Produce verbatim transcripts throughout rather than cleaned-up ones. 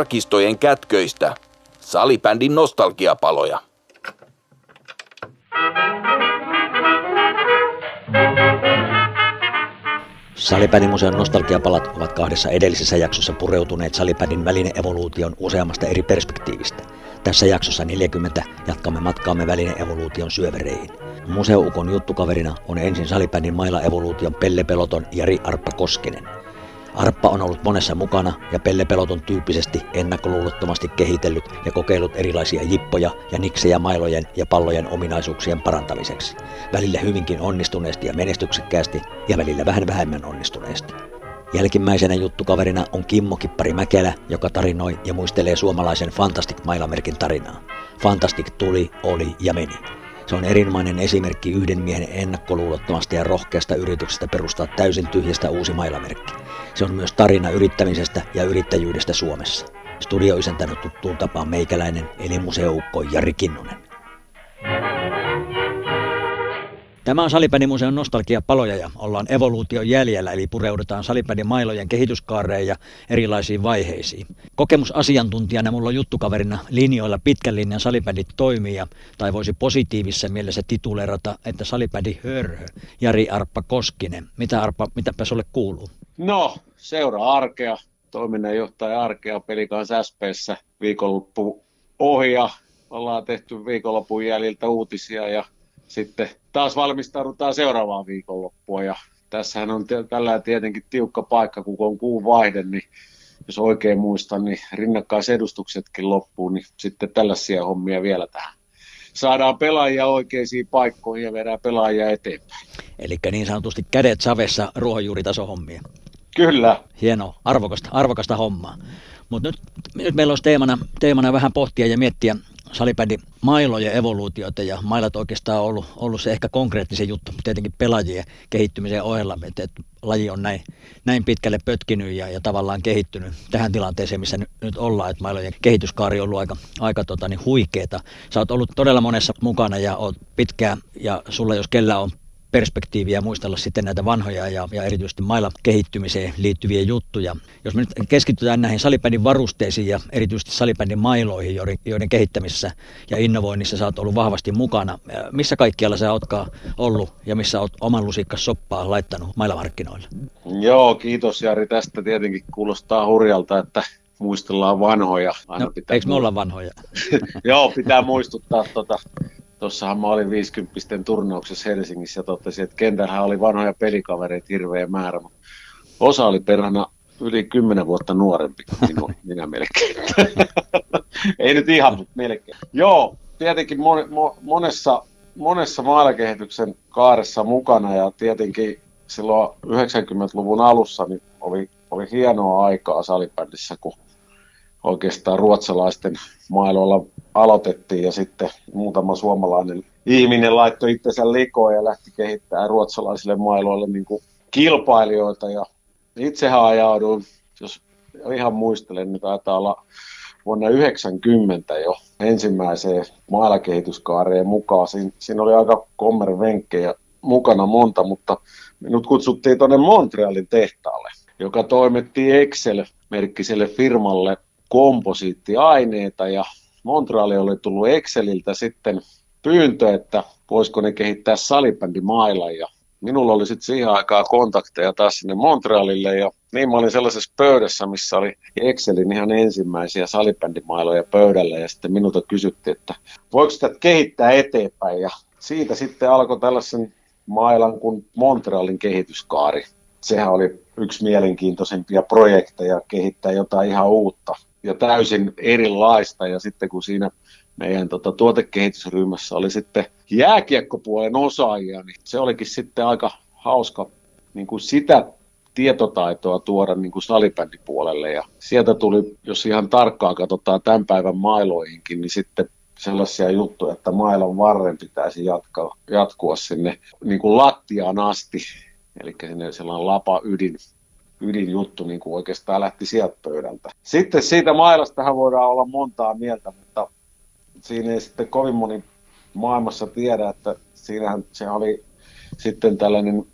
arkistojen kätköistä. Salibändin nostalgiapaloja. Salibändimuseon nostalgiapalat ovat kahdessa edellisessä jaksossa pureutuneet salibändin väline-evoluution useammasta eri perspektiivistä. Tässä jaksossa neljäkymmentä jatkamme matkaamme väline-evoluution syövereihin. Museoukon juttukaverina on ensin salibändin maila-evoluution Pelle Peloton Jari Arppa Koskinen. Arppa on ollut monessa mukana ja Pelle Peloton tyyppisesti ennakkoluulottomasti kehitellyt ja kokeillut erilaisia jippoja ja niksejä mailojen ja pallojen ominaisuuksien parantamiseksi. Välillä hyvinkin onnistuneesti ja menestyksekkäästi ja välillä vähän vähemmän onnistuneesti. Jälkimmäisenä juttukaverina on Kimmo Kippari Mäkelä, joka tarinoi ja muistelee suomalaisen Fantastic-mailamerkin tarinaa. Fantastic tuli, oli ja meni. Se on erinomainen esimerkki yhden miehen ennakkoluulottomasta ja rohkeasta yrityksestä perustaa täysin tyhjästä uusi mailamerkki. Se on myös tarina yrittämisestä ja yrittäjyydestä Suomessa. Studioisäntänä tuttuun tapaan meikäläinen, eli museoukko Jari Kinnunen. Tämä on Salibändimuseon nostalgiapaloja ja ollaan evoluution jäljellä, eli pureudutaan salibändin mailojen kehityskaareen ja erilaisiin vaiheisiin. Kokemusasiantuntijana mulla on juttukaverina linjoilla pitkän linjan salibändit toimija, tai voisi positiivisessa mielessä tituleerata, että salibändi hörhö, Jari Arppa Koskinen. Mitä Arppa, mitäpä sulle kuuluu? No, seuraa arkea, toiminnanjohtaja arkea Pelikans S P:ssä viikonloppu ohi ja ollaan tehty viikonlopun jäljiltä uutisia ja sitten taas valmistaudutaan seuraavaan viikonloppua ja tässähän on t- tällä tietenkin tiukka paikka, kun on kuun vaihde, niin jos oikein muistan, niin rinnakkaisedustuksetkin loppuu, niin sitten tällaisia hommia vielä tähän. Saadaan pelaajia oikeisiin paikkoihin ja vedään pelaajia eteenpäin. Eli niin sanotusti kädet savessa ruohonjuuritasohommia. Kyllä. Hienoa, arvokasta, arvokasta hommaa. Mutta nyt, nyt meillä olisi teemana, teemana vähän pohtia ja miettiä salibändin mailojen evoluutioita, ja mailat oikeastaan on ollut, ollut se ehkä konkreettisen juttu, tietenkin pelaajien kehittymisen ohella, että, että laji on näin, näin pitkälle pötkinyt ja, ja tavallaan kehittynyt tähän tilanteeseen, missä nyt, nyt ollaan, että mailojen kehityskaari on ollut aika, aika tota, niin huikeeta. Sä oot ollut todella monessa mukana ja oot pitkään, ja sulla jos kellä on perspektiiviä muistella sitten näitä vanhoja ja, ja erityisesti mailla kehittymiseen liittyviä juttuja. Jos me nyt keskitytään näihin salibändin varusteisiin ja erityisesti salibändin mailoihin, joiden, joiden kehittämisessä ja innovoinnissa sä oot ollut vahvasti mukana. Missä kaikkialla sä ootkaan ollut ja missä oot oman lusikkas soppaa laittanut mailamarkkinoille? Joo, kiitos Jari. Tästä tietenkin kuulostaa hurjalta, että muistellaan vanhoja. Aina no, pitää eikö me olla vanhoja? Joo, pitää muistuttaa tuota. Tuossahan mä olin viisikymppisten turnauksessa Helsingissä ja totesin, että kentällähän oli vanhoja pelikavereita hirveä määrä, mutta osa oli perhana yli kymmenen vuotta nuorempi kuin minua, minä melkein. Ei nyt ihan, mutta melkein. Joo, tietenkin mon, mo, monessa, monessa maalakehityksen kaaressa mukana ja tietenkin silloin yhdeksänkymmentäluvun alussa niin oli, oli hienoa aikaa salibändissä, kun oikeastaan ruotsalaisten mailoilla aloitettiin ja sitten muutama suomalainen ihminen laittoi itsensä likoon ja lähti kehittämään ruotsalaisille mailoille niin kuin kilpailijoita. Ja itsehän ajauduin, jos ihan muistelen, niin taitaa olla vuonna yhdeksänkymmentä jo ensimmäiseen mailakehityskaareen mukaan. Siin, siinä oli aika kommervenkkejä mukana monta, mutta minut kutsuttiin tuonne Montrealin tehtaalle, joka toimitti Excel-merkkiselle firmalle komposiittiaineita ja Montreali oli tullut Exceliltä sitten pyyntö, että voisiko ne kehittää salibändimailan ja minulla oli sitten siihen aikaan kontakteja taas sinne Montrealille ja niin mä olin sellaisessa pöydässä, missä oli Excelin ihan ensimmäisiä salibändimailoja pöydällä ja sitten minulta kysyttiin, että voiko sitä kehittää eteenpäin ja siitä sitten alkoi tällaisen mailan kuin Montrealin kehityskaari. Sehän oli yksi mielenkiintoisempia projekteja kehittää jotain ihan uutta ja täysin erilaista. Ja sitten kun siinä meidän tota, tuotekehitysryhmässä oli sitten jääkiekkopuolen osaajia, niin se olikin sitten aika hauska niin kuin sitä tietotaitoa tuoda niin kuin salibändipuolelle. Ja sieltä tuli, jos ihan tarkkaan katsotaan tämän päivän mailoihinkin, niin sitten sellaisia juttuja, että mailan varren pitäisi jatkaa, jatkua sinne niin kuin lattiaan asti. Eli sinne sellainen lapa ydin, ydinjuttu niin kuin oikeastaan lähti sieltä pöydältä. Sitten siitä mailastahan voidaan olla montaa mieltä, mutta siinä ei sitten kovin moni maailmassa tiedä, että siinähän se oli sitten tällainen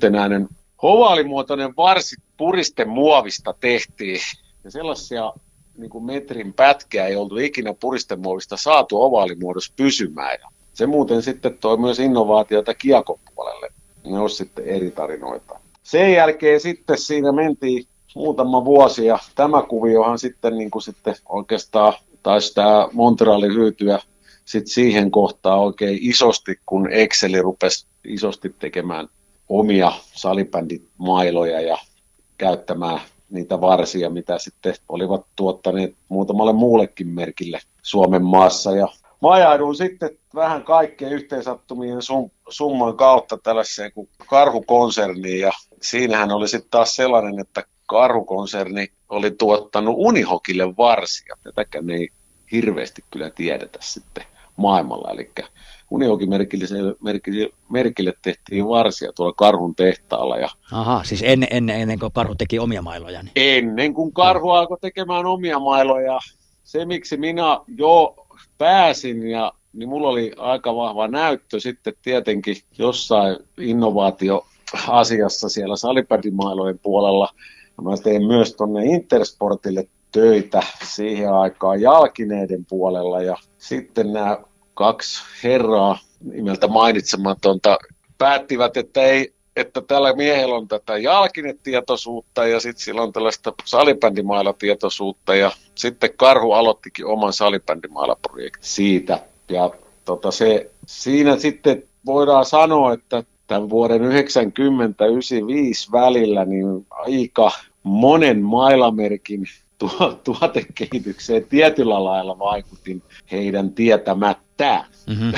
yhtenäinen ovaalimuotoinen varsi puristemuovista tehtiin. Ja sellaisia niin kuin metrin pätkää ei oltu ikinä puristemuovista saatu ovaalimuodossa pysymään. Ja se muuten sitten toi myös innovaatioita kiekopuolelle. Ne olisi sitten eri tarinoita. Sen jälkeen sitten siinä mentiin muutama vuosi ja tämä kuviohan sitten, niin kuin sitten oikeastaan taisi tämä Montreali hyytyä sitten siihen kohtaan oikein isosti, kun Exceli rupesi isosti tekemään omia salibändimailoja ja käyttämään niitä varsia, mitä sitten olivat tuottaneet muutamalle muullekin merkille Suomen maassa. Ja mä ajauduin sitten vähän kaikkeen yhteensattumien sum, summan kautta tällaiseen kuin Karhu-konserniin, ja siinähän oli sitten taas sellainen, että Karhu-konserni oli tuottanut Unihokille varsia. Tätäkään ei hirveästi kyllä tiedetä sitten maailmalla, eli Unihoki-merkille merkille tehtiin varsia tuolla Karhun tehtaalla. Ja aha, siis ennen, ennen, ennen kuin Karhu teki omia mailoja. Niin. Ennen kuin Karhu alkoi tekemään omia mailoja. Se, miksi minä jo pääsin, ja, niin mulla oli aika vahva näyttö sitten tietenkin jossain innovaatioasiassa siellä salibändimailojen puolella. Mä tein myös tuonne Intersportille töitä siihen aikaan jalkineiden puolella, ja sitten nämä kaksi herraa nimeltä mainitsematonta päättivät, että, ei, että tällä miehellä on tätä jalkinetietoisuutta ja sitten sillä on tällaista salibändimailattietoisuutta, ja sitten Karhu aloittikin oman salibändimailaprojektin siitä. Ja tota se, siinä sitten voidaan sanoa, että tämän vuoden yhdeksänkymmentä yhdeksänkymmentäviisi välillä niin aika monen mailamerkin tuotekehitykseen tietyllä lailla vaikutin heidän tietämättään. Mm-hmm.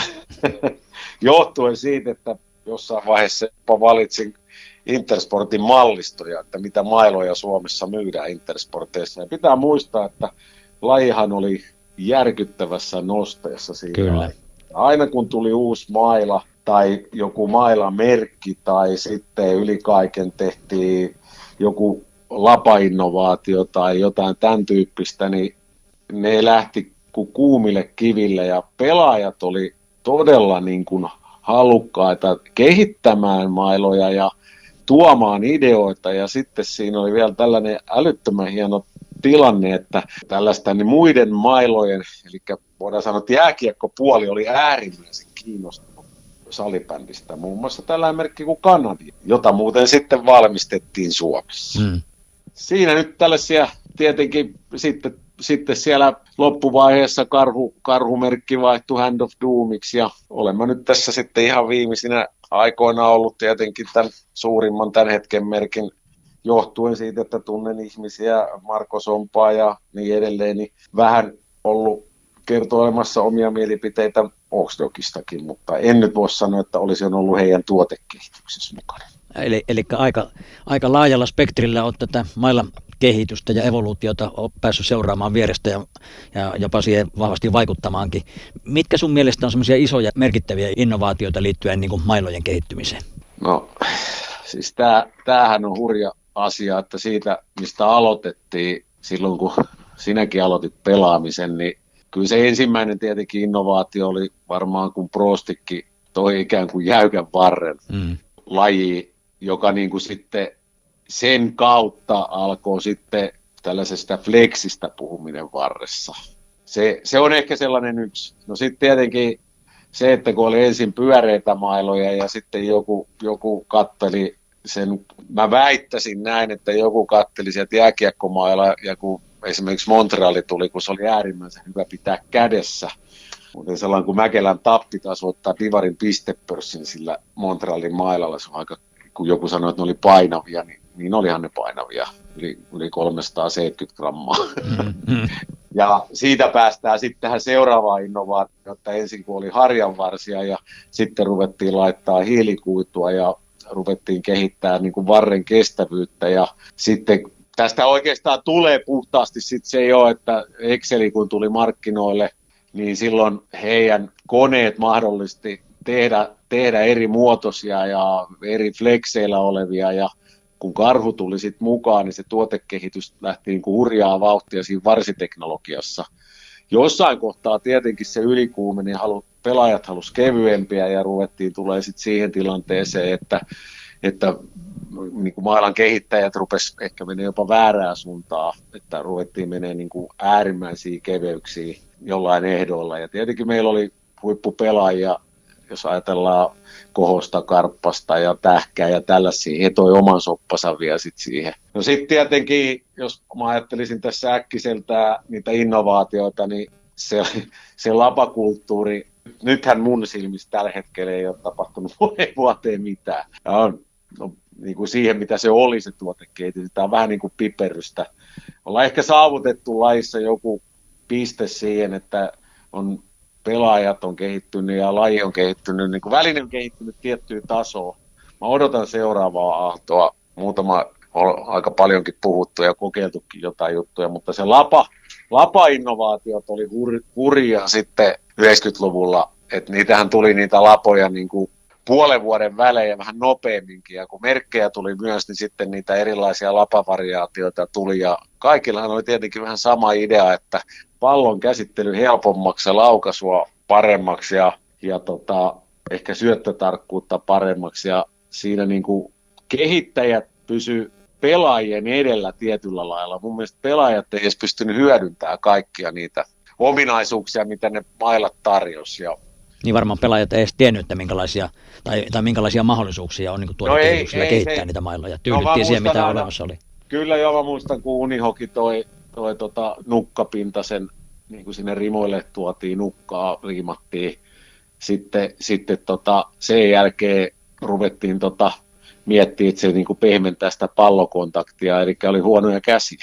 Johtuen siitä, että jossain vaiheessa jopa valitsin Intersportin mallistoja, että mitä mailoja Suomessa myydään Intersporteissa. Ja pitää muistaa, että lajihan oli järkyttävässä nosteessa siinä. Kyllä. Aina kun tuli uusi maila tai joku mailamerkki tai sitten yli kaiken tehtiin joku lapainnovaatio tai jotain tämän tyyppistä, niin ne lähti kuin kuumille kiville, ja pelaajat oli todella niin kuin halukkaita kehittämään mailoja ja tuomaan ideoita, ja sitten siinä oli vielä tällainen älyttömän hieno tilanne, että tällaista niin muiden mailojen, eli voidaan sanoa, että jääkiekkopuoli oli äärimmäisen kiinnostunut salibändistä, muun muassa tällainen merkki kuin Kanadia, jota muuten sitten valmistettiin Suomessa. Mm. Siinä nyt tällaisia tietenkin sitten, sitten siellä loppuvaiheessa karhu, karhumerkki vaihtui Hand of Doomiksi, ja olemme nyt tässä sitten ihan viimeisinä aikoina ollut tietenkin tämän suurimman tämän hetken merkin johtuen siitä, että tunnen ihmisiä, Marko Sompaa ja niin edelleen, niin vähän ollut kertoilemassa omia mielipiteitä Oxdogistakin, mutta en nyt voi sanoa, että olisi ollut heidän tuotekehityksessä mukana. Eli, eli aika, aika laajalla spektrillä on tätä mailla kehitystä ja evoluutiota on päässyt seuraamaan vierestä ja, ja jopa siihen vahvasti vaikuttamaankin. Mitkä sun mielestä on semmoisia isoja merkittäviä innovaatioita liittyen niin kuin mailojen kehittymiseen? No siis tää, tämähän on hurja asia, että siitä mistä aloitettiin silloin kun sinäkin aloitit pelaamisen, niin kyllä se ensimmäinen tietenkin innovaatio oli varmaan kun Prostikki toi ikään kuin jäykän varren mm. laji, joka niin kuin sitten sen kautta alkoi sitten tällaisesta flexistä puhuminen varressa. Se, se on ehkä sellainen yksi. No sitten tietenkin se, että kun oli ensin pyöreitä mailoja ja sitten joku, joku katteli sen, mä väittäisin näin, että joku katteli sieltä jääkiekkomailla ja kun esimerkiksi Montreali tuli, kun se oli äärimmäisen hyvä pitää kädessä. Mutta sellainen kun Mäkelän Tappi taas ottaa Divarin pistepörssin sillä Montrealin mailalla, se on aika, kun joku sanoi, että ne oli painavia, niin, niin olihan ne painavia, yli, yli kolmesataaseitsemänkymmentä grammaa. Mm-hmm. Ja siitä päästään sitten tähän seuraavaan innovaatioon, että ensin kun oli harjanvarsia ja sitten ruvettiin laittaa hiilikuitua ja ruvettiin kehittämään niin kuin varren kestävyyttä ja sitten tästä oikeastaan tulee puhtaasti sitten se jo, että Exceli kun tuli markkinoille, niin silloin heidän koneet mahdollisti tehdä, tehdä eri muotoisia ja eri flexeillä olevia, ja kun Karhu tuli sitten mukaan, niin se tuotekehitys lähti niin kuin hurjaa vauhtia siinä varsiteknologiassa. Jossain kohtaa tietenkin se ylikuumeni, halu, pelaajat halusivat kevyempiä ja ruvettiin tulee sitten siihen tilanteeseen, että, että niin kuin mailan kehittäjät rupes ehkä menee jopa väärään suuntaan, että ruvettiin menee niin kuin äärimmäisiä keveyksiä jollain ehdoilla. Ja tietenkin meillä oli huippupelaajia, jos ajatellaan Kohosta, Karppasta ja Tähkää ja tällaisia, he toi oman soppansa vielä sit siihen. No sitten tietenkin, jos mä ajattelisin tässä äkkiseltään niitä innovaatioita, niin se, se lapakulttuuri, nythän mun silmissä tällä hetkellä ei ole tapahtunut moneen vuoteen mitään. Ja on no, niin kuin siihen, mitä se oli se tuotekehitys. Tämä on vähän niin kuin piperrystä. Ollaan ehkä saavutettu lajissa joku piste siihen, että on pelaajat on kehittynyt ja laji on kehittynyt, niin kuin väline on kehittynyt tiettyyn tasoon. Mä odotan seuraavaa aaltoa. Muutama on aika paljonkin puhuttu ja kokeiltukin jotain juttuja, mutta se lapa, lapa-innovaatiot oli hur, hurjaa sitten yhdeksänkymmentäluvulla, että niitähän tuli niitä lapoja niin kuin puolen vuoden välein ja vähän nopeamminkin, ja kun merkkejä tuli myös, niin sitten niitä erilaisia lapavariaatioita tuli, ja kaikillahan oli tietenkin vähän sama idea, että pallon käsittely helpommaksi ja laukaisua paremmaksi, ja, ja tota, ehkä syöttötarkkuutta paremmaksi, ja siinä niin kuin kehittäjät pysy pelaajien edellä tietyllä lailla. Mun mielestä pelaajat ei edes pystynyt hyödyntämään kaikkia niitä ominaisuuksia, mitä ne mailat tarjosi. Ja niin varmaan pelaajat ei edes tiennyt, että minkälaisia, tai, tai minkälaisia mahdollisuuksia on niin tuotekehityksellä no kehittää se, niitä mailoja. Tyydyttiin no siihen, mitä aina olemassa oli. Kyllä joo, mä muistan, kun Unihoki toi, toi tota nukkapintasen, niin kuin sinne rimoille tuotiin nukkaa, riimattiin. Sitten, sitten tota, sen jälkeen ruvettiin tota, miettimään, että se niin kuin pehmentää sitä pallokontaktia, eli oli huonoja käsiä.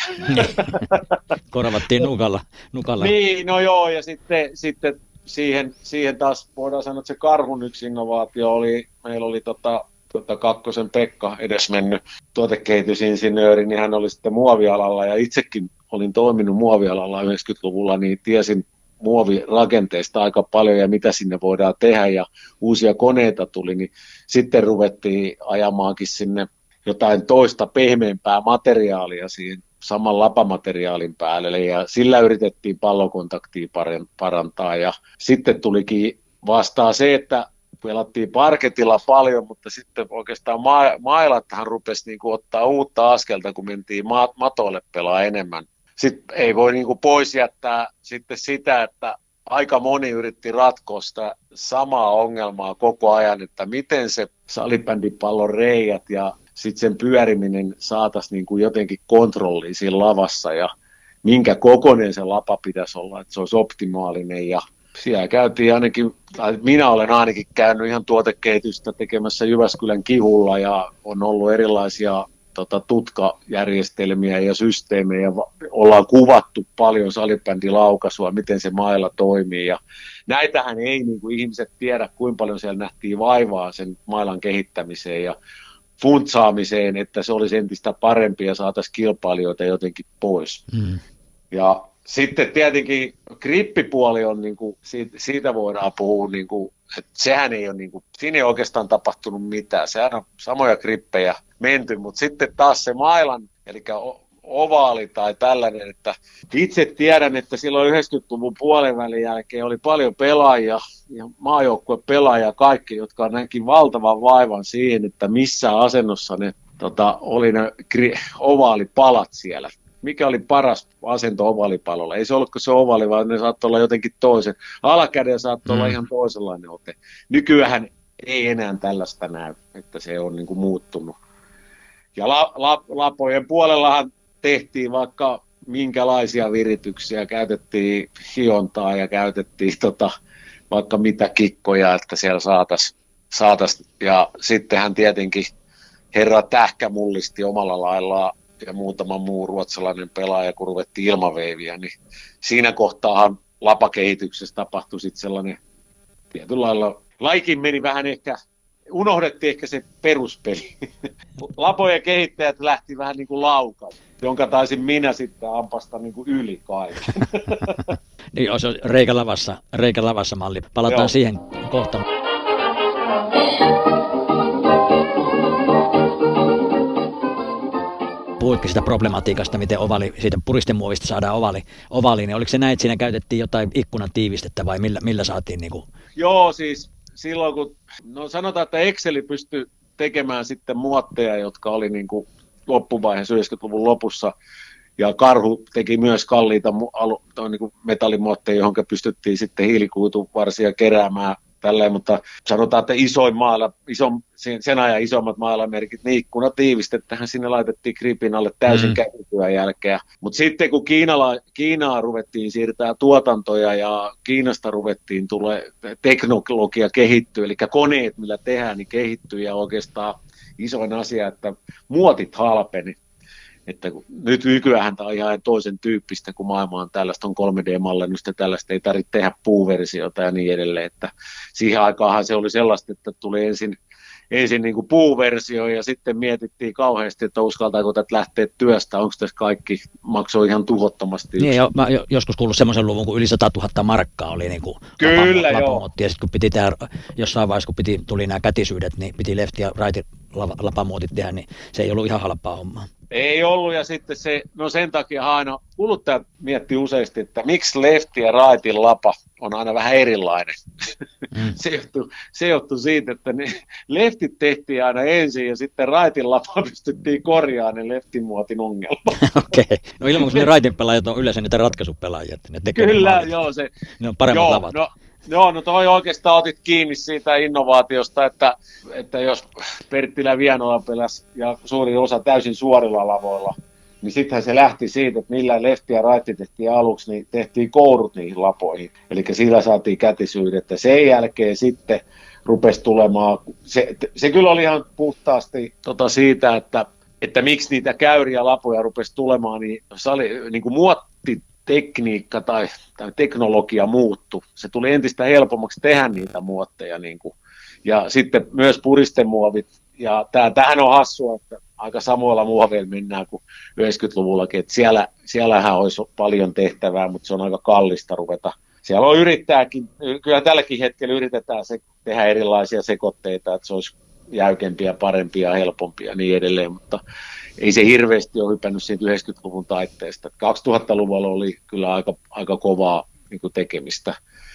Korvattiin nukalla. nukalla. Niin, no joo, ja sitten, sitten siihen, siihen taas voidaan sanoa, että se karhun yksi innovaatio oli, meillä oli tota, tota Kakkosen Pekka edesmennyt tuotekehitysinsinööri, niin hän oli sitten muovialalla, ja itsekin olin toiminut muovialalla yhdeksänkymmentäluvulla, niin tiesin muovirakenteista aika paljon ja mitä sinne voidaan tehdä, ja uusia koneita tuli, niin sitten ruvettiin ajamaankin sinne jotain toista pehmeämpää materiaalia siihen saman lapamateriaalin päälle, ja sillä yritettiin pallokontaktia parantaa, ja sitten tulikin vastaan se, että pelattiin parketilla paljon, mutta sitten oikeastaan ma- mailathan rupesi niinku ottaa uutta askelta, kun mentiin ma- matoille pelaa enemmän. Sitten ei voi niinku pois jättää sitten sitä, että aika moni yritti ratkoa sitä samaa ongelmaa koko ajan, että miten se salibändipallon reijät ja sitten sen pyöriminen saataisiin niinku jotenkin kontrolliin siinä lavassa ja minkä kokoinen se lapa pitäisi olla, että se olisi optimaalinen. Ja siellä käytiin ainakin, tai minä olen ainakin käynyt ihan tuotekehitystä tekemässä Jyväskylän Kihulla ja on ollut erilaisia tota, tutkajärjestelmiä ja systeemejä. Ollaan kuvattu paljon salibändilaukaisua, miten se mailla toimii. Ja näitähän ei niin kuin ihmiset tiedä, kuinka paljon siellä nähtiin vaivaa sen mailan kehittämiseen ja funtsaamiseen, että se olisi entistä parempi ja saataisiin kilpailijoita jotenkin pois. Mm. Ja sitten tietenkin grippipuoli on, niin kuin, siitä, siitä voidaan puhua, niin kuin, että sehän ei ole, niin kuin, siinä ei oikeastaan tapahtunut mitään. Sehän on samoja grippejä menty, mutta sitten taas se mailan, eli ovaali tai tällainen, että itse tiedän, että silloin yhdeksänkymmentäluvun puolen välin jälkeen oli paljon pelaajia ja maajoukkuepelaajia kaikki, jotka näki valtavan vaivan siihen, että missä asennossa ne tota, oli ne gri- ovaalipalat siellä. Mikä oli paras asento ovaalipalolla? Ei se ollutko se ovaali, vaan ne saattoi olla jotenkin toisen. Alakäden saattoi mm. olla ihan toisenlainen ote. Nykyään ei enää tällaista näy, että se on niin kuin muuttunut. Ja la, la, lapojen puolellahan tehtiin vaikka minkälaisia virityksiä, käytettiin hiontaa ja käytettiin tota, vaikka mitä kikkoja, että siellä saataisiin. Saatais. Ja sittenhän tietenkin herra Tähkä mullisti omalla laillaan ja muutama muu ruotsalainen pelaaja, kun ruvettiin ilmaveiviä, niin siinä kohtaahan lapakehityksessä tapahtui sitten sellainen tietyllä lailla, laikin meni vähän ehkä, unohdettiin ehkä se peruspeli. Lapojen kehittäjät lähti vähän niin kuin laukalle, jonka taisin minä sitten ampasta niin kuin yli kaiken. Niin, se on reikälavassa, reikälavassa malli. Palataan Joo. siihen kohtaan. Puhuitkin sitä problematiikasta, miten ovali, siitä puristemuovista saadaan ovali, ovali, niin oliko se näin, että siinä käytettiin jotain ikkunatiivistettä vai millä, millä saatiin? Niin kuin? Joo, siis silloin kun, no sanotaan, että Exceli pystyi tekemään sitten muotteja, jotka oli niin kuin loppuvaiheessa yhdeksänkymmentäluvun lopussa. Ja Karhu teki myös kalliita niin metallimuotteja, johon pystyttiin sitten hiilikuituvarsia keräämään tälleen, mutta sanotaan, että isoin maala, iso, sen ajan isommat maalamerkit, niin ikkuna tiivistettähän sinne laitettiin gripin alle täysin mm. käsityön jälkeen. Mutta sitten kun Kiinala, Kiinaa ruvettiin siirtää tuotantoja ja Kiinasta ruvettiin tulee teknologia kehittyä, eli koneet, millä tehdään, niin kehittyy ja oikeastaan isoin asia, että muotit halpeni. Että nyt nykyään tämä on ihan toisen tyyppistä, kun maailma on tällaista, on kolme D-mallennusta, tällaista ei tarvitse tehdä puuversiota ja niin edelleen. Että siihen aikaanhan se oli sellaista, että tuli ensin, ensin niin kuin puuversio ja sitten mietittiin kauheasti, että uskaltaako tätä lähteä työstä, onko tässä kaikki maksoi ihan tuhottomasti. Niin, jo, mä joskus kuullut semmoisen luvun, kun yli sata tuhatta markkaa oli niin kuin Kyllä, lapa, joo. lapamuotti. Ja sitten kun piti tehdä, jossain vaiheessa, kun piti, tuli nämä kätisyydet, niin piti lefti ja raiti lapamuotit tehdä, niin se ei ollut ihan halpaa hommaa. Ei ollut, ja sitten se, no sen takia aina kuluttajat miettii useasti, että miksi lefti ja raitin lapa on aina vähän erilainen. Mm. se, johtui, se johtui siitä, että ne leftit tehtiin aina ensin, ja sitten raitin lapa pystyttiin korjaamaan ne leftimuotin ongelmat. Okei, okay. No ilman, kun ne raitin pelaajat on yleensä niitä ratkaisupelaajia. Ne tekee Kyllä, ne joo. Se, ne on paremmat joo, lavat. No, Joo, no toi oikeastaan otit kiinni siitä innovaatiosta, että, että jos Perttilä Vienola pelasi ja suurin osa täysin suorilla lavoilla, niin sittenhän se lähti siitä, että millä lefti ja raitti tehtiin aluksi, niin tehtiin kourut niihin lapoihin. Eli sillä saatiin kätisyydettä. Sen jälkeen sitten rupesi tulemaan, se, se kyllä oli ihan puhtaasti tota siitä, että, että miksi niitä käyriä lapoja rupesi tulemaan, niin se oli niin kuin muotti, tekniikka tai, tai teknologia muuttui. Se tuli entistä helpommaksi tehdä niitä muotteja. Niin kuin. Ja sitten myös puristemuovit. Ja tää, tämähän on hassua, että aika samoilla muoveilla mennään kuin yhdeksänkymmentäluvullakin. Että siellä, siellähän olisi paljon tehtävää, mutta se on aika kallista ruveta. Siellä on yrittääkin, kyllä tälläkin hetkellä yritetään se, tehdä erilaisia sekoitteita, että se olisi jäykempiä, parempia, helpompia ja niin edelleen, mutta ei se hirveästi ole hypännyt siitä yhdeksänkymmentäluvun taitteesta. kaksituhattaluvulla oli kyllä aika, aika kovaa niin kuin tekemistä.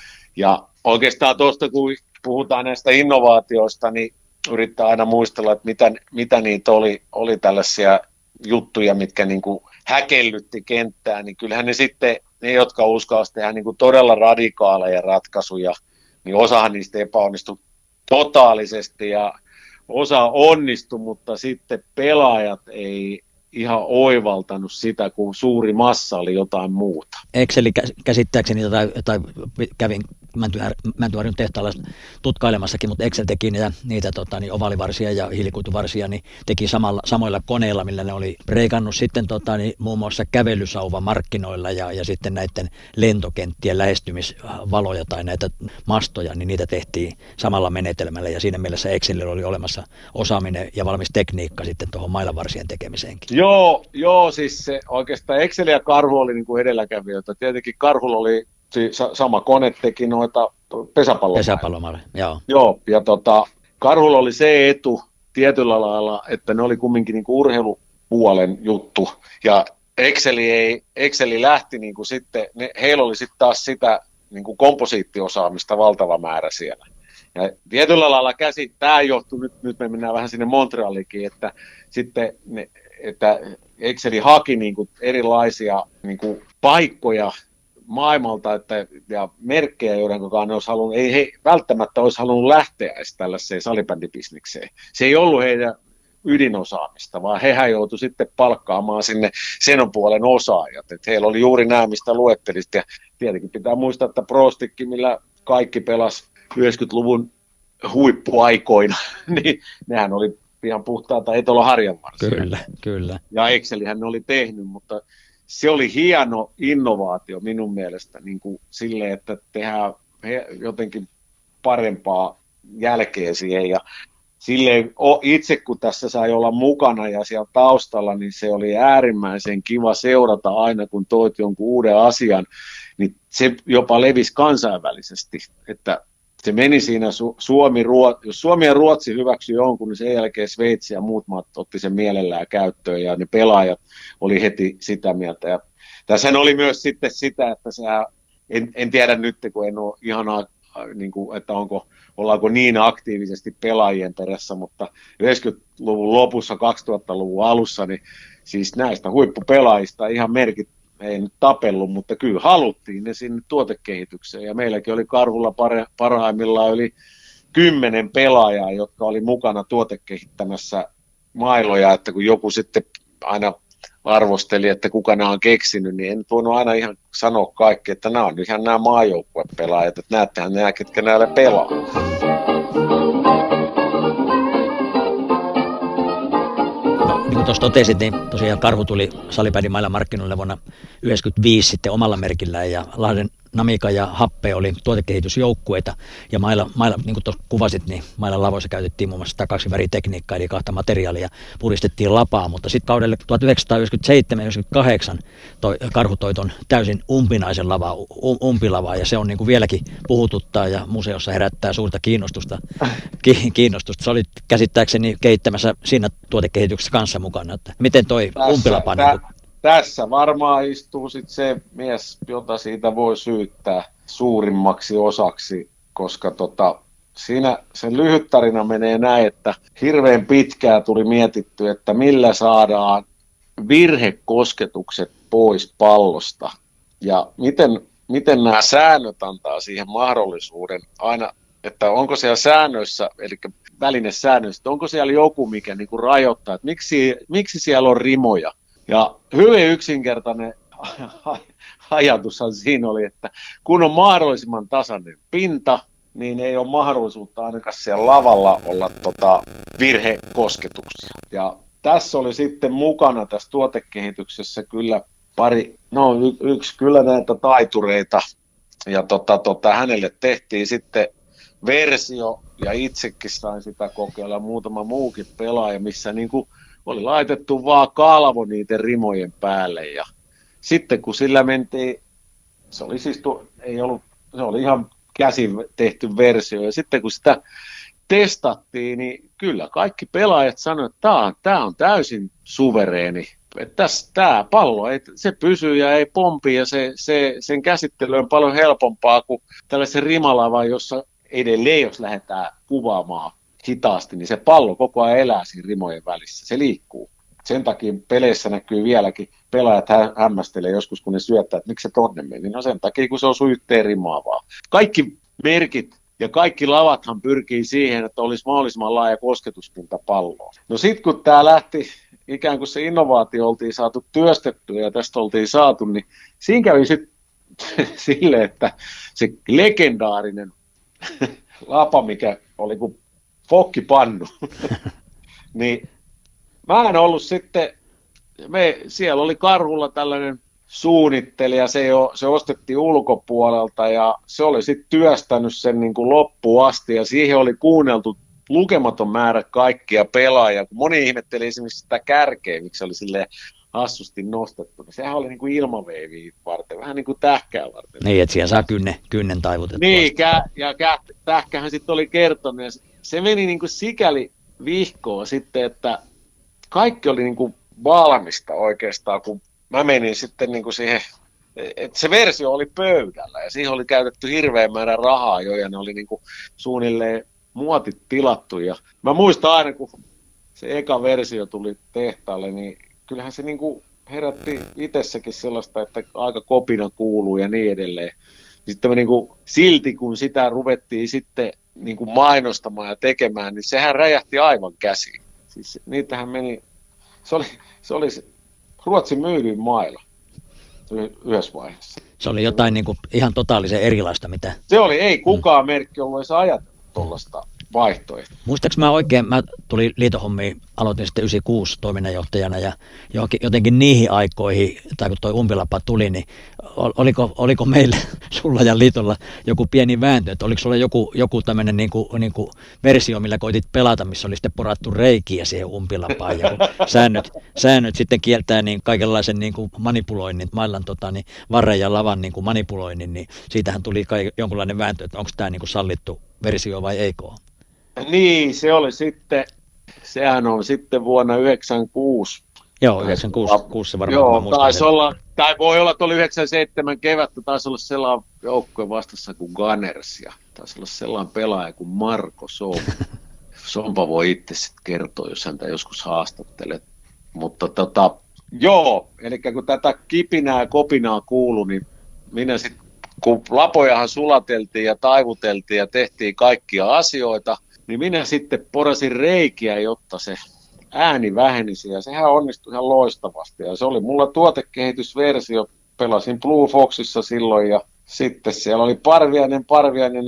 Ja oikeastaan tuosta, kun puhutaan näistä innovaatioista, niin yrittää aina muistella, että mitä, mitä niitä oli, oli tällaisia juttuja, mitkä niin kuin häkellytti kenttää, niin kyllähän ne sitten, ne jotka uskalsivat tehdä niin kuin todella radikaaleja ratkaisuja, niin osahan niistä epäonnistui totaalisesti ja osa onnistui, mutta sitten pelaajat ei ihan oivaltanut sitä, kun suuri massa oli jotain muuta. Exceli käsittääkseni, tai, tai kävin Mäntyharjun tehtaalla tutkailemassakin, mutta Excel teki niitä, niitä tota, niin ovaalivarsia ja hiilikuituvarsia, niin teki samalla, samoilla koneilla, millä ne oli breikannut sitten tota, niin muun muassa kävelysauva markkinoilla ja, ja sitten näiden lentokenttien lähestymisvaloja tai näitä mastoja, niin niitä tehtiin samalla menetelmällä ja siinä mielessä Excelillä oli olemassa osaaminen ja valmis tekniikka sitten tuohon mailavarsien tekemiseenkin. Joo, joo, siis se oikeastaan Excel ja Karhu oli niin kuin edelläkävijöitä. Tietenkin Karhulla oli sama kone, teki noita pesäpallomaille. Pesäpallomaille, joo. Joo, ja tota, Karhulla oli se etu tietyllä lailla, että ne oli kumminkin niin kuin urheilupuolen juttu. Ja Exceli, ei, Exceli lähti niin kuin sitten, ne, heillä oli sitten taas sitä niin kuin komposiittiosaamista valtava määrä siellä. Ja tietyllä lailla käsi, tämä johtuu, nyt, nyt me mennään vähän sinne Montrealikin, että sitten ne, että Exceli haki niin kuin erilaisia niin kuin paikkoja maailmalta että, ja merkkejä, joiden kukaan ne olisi halunnut, ei he välttämättä olisi halunnut lähteä edes tällaiseen salibändibisnikseen. Se ei ollut heidän ydinosaamista, vaan hehän joutui sitten palkkaamaan sinne sen puolen osaajat. Että heillä oli juuri nämä, mistä luettelisit. Ja tietenkin pitää muistaa, että Prostikki, millä kaikki pelasi yhdeksänkymmentäluvun huippuaikoina, niin nehän oli ihan puhtaata Etelä-Harjanvarsia. Kyllä, kyllä. Ja Excelihän ne oli tehnyt, mutta se oli hieno innovaatio minun mielestä niin kuin silleen, että tehdään jotenkin parempaa jälkeä siihen. Ja silleen itse kun tässä sai olla mukana ja siellä taustalla, niin se oli äärimmäisen kiva seurata aina, kun toit jonkun uuden asian, niin se jopa levisi kansainvälisesti, että se meni siinä Su- Suomi, Ruotsi, jos Suomi ja Ruotsi hyväksyi jonkun, niin sen jälkeen Sveitsi ja muut maat otti sen mielellään käyttöön ja ne pelaajat oli heti sitä mieltä. Ja tässähän oli myös sitten sitä, että sä, en, en tiedä nyt, kun en ole ihan niin kuin, että onko, ollaanko niin aktiivisesti pelaajien perässä, mutta yhdeksänkymmentäluvun lopussa, kaksituhattaluvun alussa, niin siis näistä huippupelaajista ihan merkit, ei nyt tapellut, mutta kyllä haluttiin ne sinne tuotekehitykseen, ja meilläkin oli Karhulla parhaimmillaan yli kymmenen pelaajaa, jotka oli mukana tuotekehittämässä mailoja, että kun joku sitten aina arvosteli, että kuka nämä on keksinyt, niin en voinut aina ihan sanoa kaikki, että nämä on ihan nämä maajoukkuepelaajat, että näettehän nämä, ketkä näillä pelaa. Niin kuin tuossa totesit, niin tosiaan Karhu tuli salipädin mailla markkinoille vuonna yhdeksänkymmentäviisi sitten omalla merkillään, ja Lahden Namika ja Happe oli tuotekehitysjoukkueita, ja mailla, mailla, niin kuin tuossa kuvasit, niin mailan lavoissa käytettiin muun muassa sitä kaksiväritekniikkaa, eli kahta materiaalia, puristettiin lapaa, mutta sitten kaudelle tuhatyhdeksänsataayhdeksänkymmentäseitsemän yhdeksänkymmentäkahdeksan toi, Karhu toi ton täysin umpinaisen lava, um, umpilavaa, ja se on niin kuin vieläkin puhututtaa, ja museossa herättää suurta kiinnostusta. Ki, kiinnostusta. Se oli käsittääkseni kehittämässä siinä tuotekehityksessä kanssa mukana, että miten toi tässä, umpilapa... Tä, niin kuin... Tässä varmaan istuu sit se mies, jota siitä voi syyttää suurimmaksi osaksi, koska tota, siinä se lyhyt tarina menee näin, että hirveän pitkään tuli mietitty, että millä saadaan virhekosketukset pois pallosta ja miten, miten nämä säännöt antaa siihen mahdollisuuden aina, että onko siellä säännöissä, eli välinesäännöissä, onko siellä joku, mikä niinku rajoittaa, että miksi, miksi siellä on rimoja. Ja hyvin yksinkertainen ajatushan siinä oli, että kun on mahdollisimman tasainen pinta, niin ei ole mahdollisuutta ainakaan siellä lavalla olla tota virhekosketuksia. Ja tässä oli sitten mukana tässä tuotekehityksessä kyllä pari, no y- yksi kyllä näitä taitureita, ja tota, tota, hänelle tehtiin sitten versio, ja itsekin sain sitä kokeilla, muutama muukin pelaaja, missä niinku oli laitettu vaan kalvo niiden rimojen päälle, ja sitten kun sillä mentiin, se oli siis tuo, ei ollut, se oli ihan käsin tehty versio, ja sitten kun sitä testattiin, niin kyllä kaikki pelaajat sanoivat, että tämä on, tämä on täysin suvereeni, että tämä pallo, ei, se pysyy ja ei pompi, ja se, se, sen käsittely on paljon helpompaa kuin tällaisen rimalavan, jossa edelleen, jos lähdetään kuvaamaan hitaasti, niin se pallo koko ajan elää siinä rimojen välissä, se liikkuu. Sen takia peleissä näkyy vieläkin, pelaajat hä- hämmästelee joskus, kun ne syöttää, että miksi se tonne meni. No sen takia, kun se osuu yhteen rimaa vaan. Kaikki merkit ja kaikki lavathan pyrkii siihen, että olisi mahdollisimman laaja kosketuspinta palloon. No sitten kun tämä lähti, ikään kuin se innovaatio oltiin saatu työstettyä ja tästä oltiin saatu, niin siinä kävi sitten silleen, että se legendaarinen lapa, mikä oli kuin fokkipannu, niin mä en ollut sitten, me, siellä oli Karhulla tällainen suunnittelija, se, jo, se ostettiin ulkopuolelta ja se oli sitten työstänyt sen niin kuin loppuun asti ja siihen oli kuunneltu lukematon määrä kaikkia pelaajia. Kun moni ihmetteli esimerkiksi sitä kärkeä, miksi se oli silleen hassusti nostettu, niin sehän oli niin kuin ilmaveiviä varten, vähän niin kuin tähkää varten. Niin, että siellä saa kynne, kynnen taivutettua. Niin, kä- ja kä- tähkähän sitten oli kertonut ja se meni niin kuin sikäli vihkoon sitten, että kaikki oli niin kuin valmista oikeastaan, kun mä menin sitten niin kuin siihen, että se versio oli pöydällä ja siihen oli käytetty hirveän määrä rahaa jo ja ne oli niin kuin suunnilleen muotit tilattu ja mä muistan aina, kun se eka versio tuli tehtaalle, niin kyllähän se niin kuin herätti itsessäkin sellaista, että aika kopina kuuluu ja niin edelleen. Sitten me niin kuin, silti kun sitä ruvettiin sitten niin kuin mainostamaan ja tekemään, niin sehän räjähti aivan käsiin. Siis niitähän meni, se oli, se oli Ruotsin myydyin mailla yhdessä vaiheessa. Se oli jotain niin kuin ihan totaalisen erilaista, mitä... Se oli, ei kukaan mm. merkki ollut edes ajatellut tuollaista vaihtoehtoa. Muistaaks mä oikein, mä tulin liitohommiin, aloitin sitten yhdeksänkymmentäkuusi toiminnanjohtajana ja jotenkin niihin aikoihin, tai kun toi umpilapa tuli, niin oliko, oliko meillä, sulla ja liitolla joku pieni vääntö, että oliko sulla joku, joku tämmöinen niin kuin, niin kuin versio, millä koitit pelata, missä oli sitten porattu reikiä siihen umpilapaan ja säännöt, säännöt sitten kieltää niin kaikenlaisen niin kuin manipuloinnin, mailan tota, niin varren ja lavan niin kuin manipuloinnin, niin siitähän tuli kai jonkunlainen vääntö, että onko tämä niin kuin sallittu versio vai eikö ole? Niin, se oli sitten, sehän on sitten vuonna yhdeksänkymmentäkuusi. Joo, yhdeksänkymmentäkuusi se varmaan. Joo, taisi olla, tai voi olla, että oli yhdeksänkymmentäseitsemän kevättä, taisi olla sellainen joukkojen vastassa kuin Gunners. Ja taisi olla sellainen pelaaja kuin Marko Sompa. Sompa voi itse sitten kertoa, jos häntä joskus haastattelee. Mutta tota, joo, eli kun tätä kipinää ja kopinaa kuului, niin minä sitten, kun lapojahan sulateltiin ja taivuteltiin ja tehtiin kaikkia asioita, niin minä sitten porasin reikiä, jotta se ääni vähenisi, ja sehän onnistui ihan loistavasti. Ja se oli mulla tuotekehitysversio, pelasin Blue Foxissa silloin, ja sitten siellä oli Parviainen, Parviainen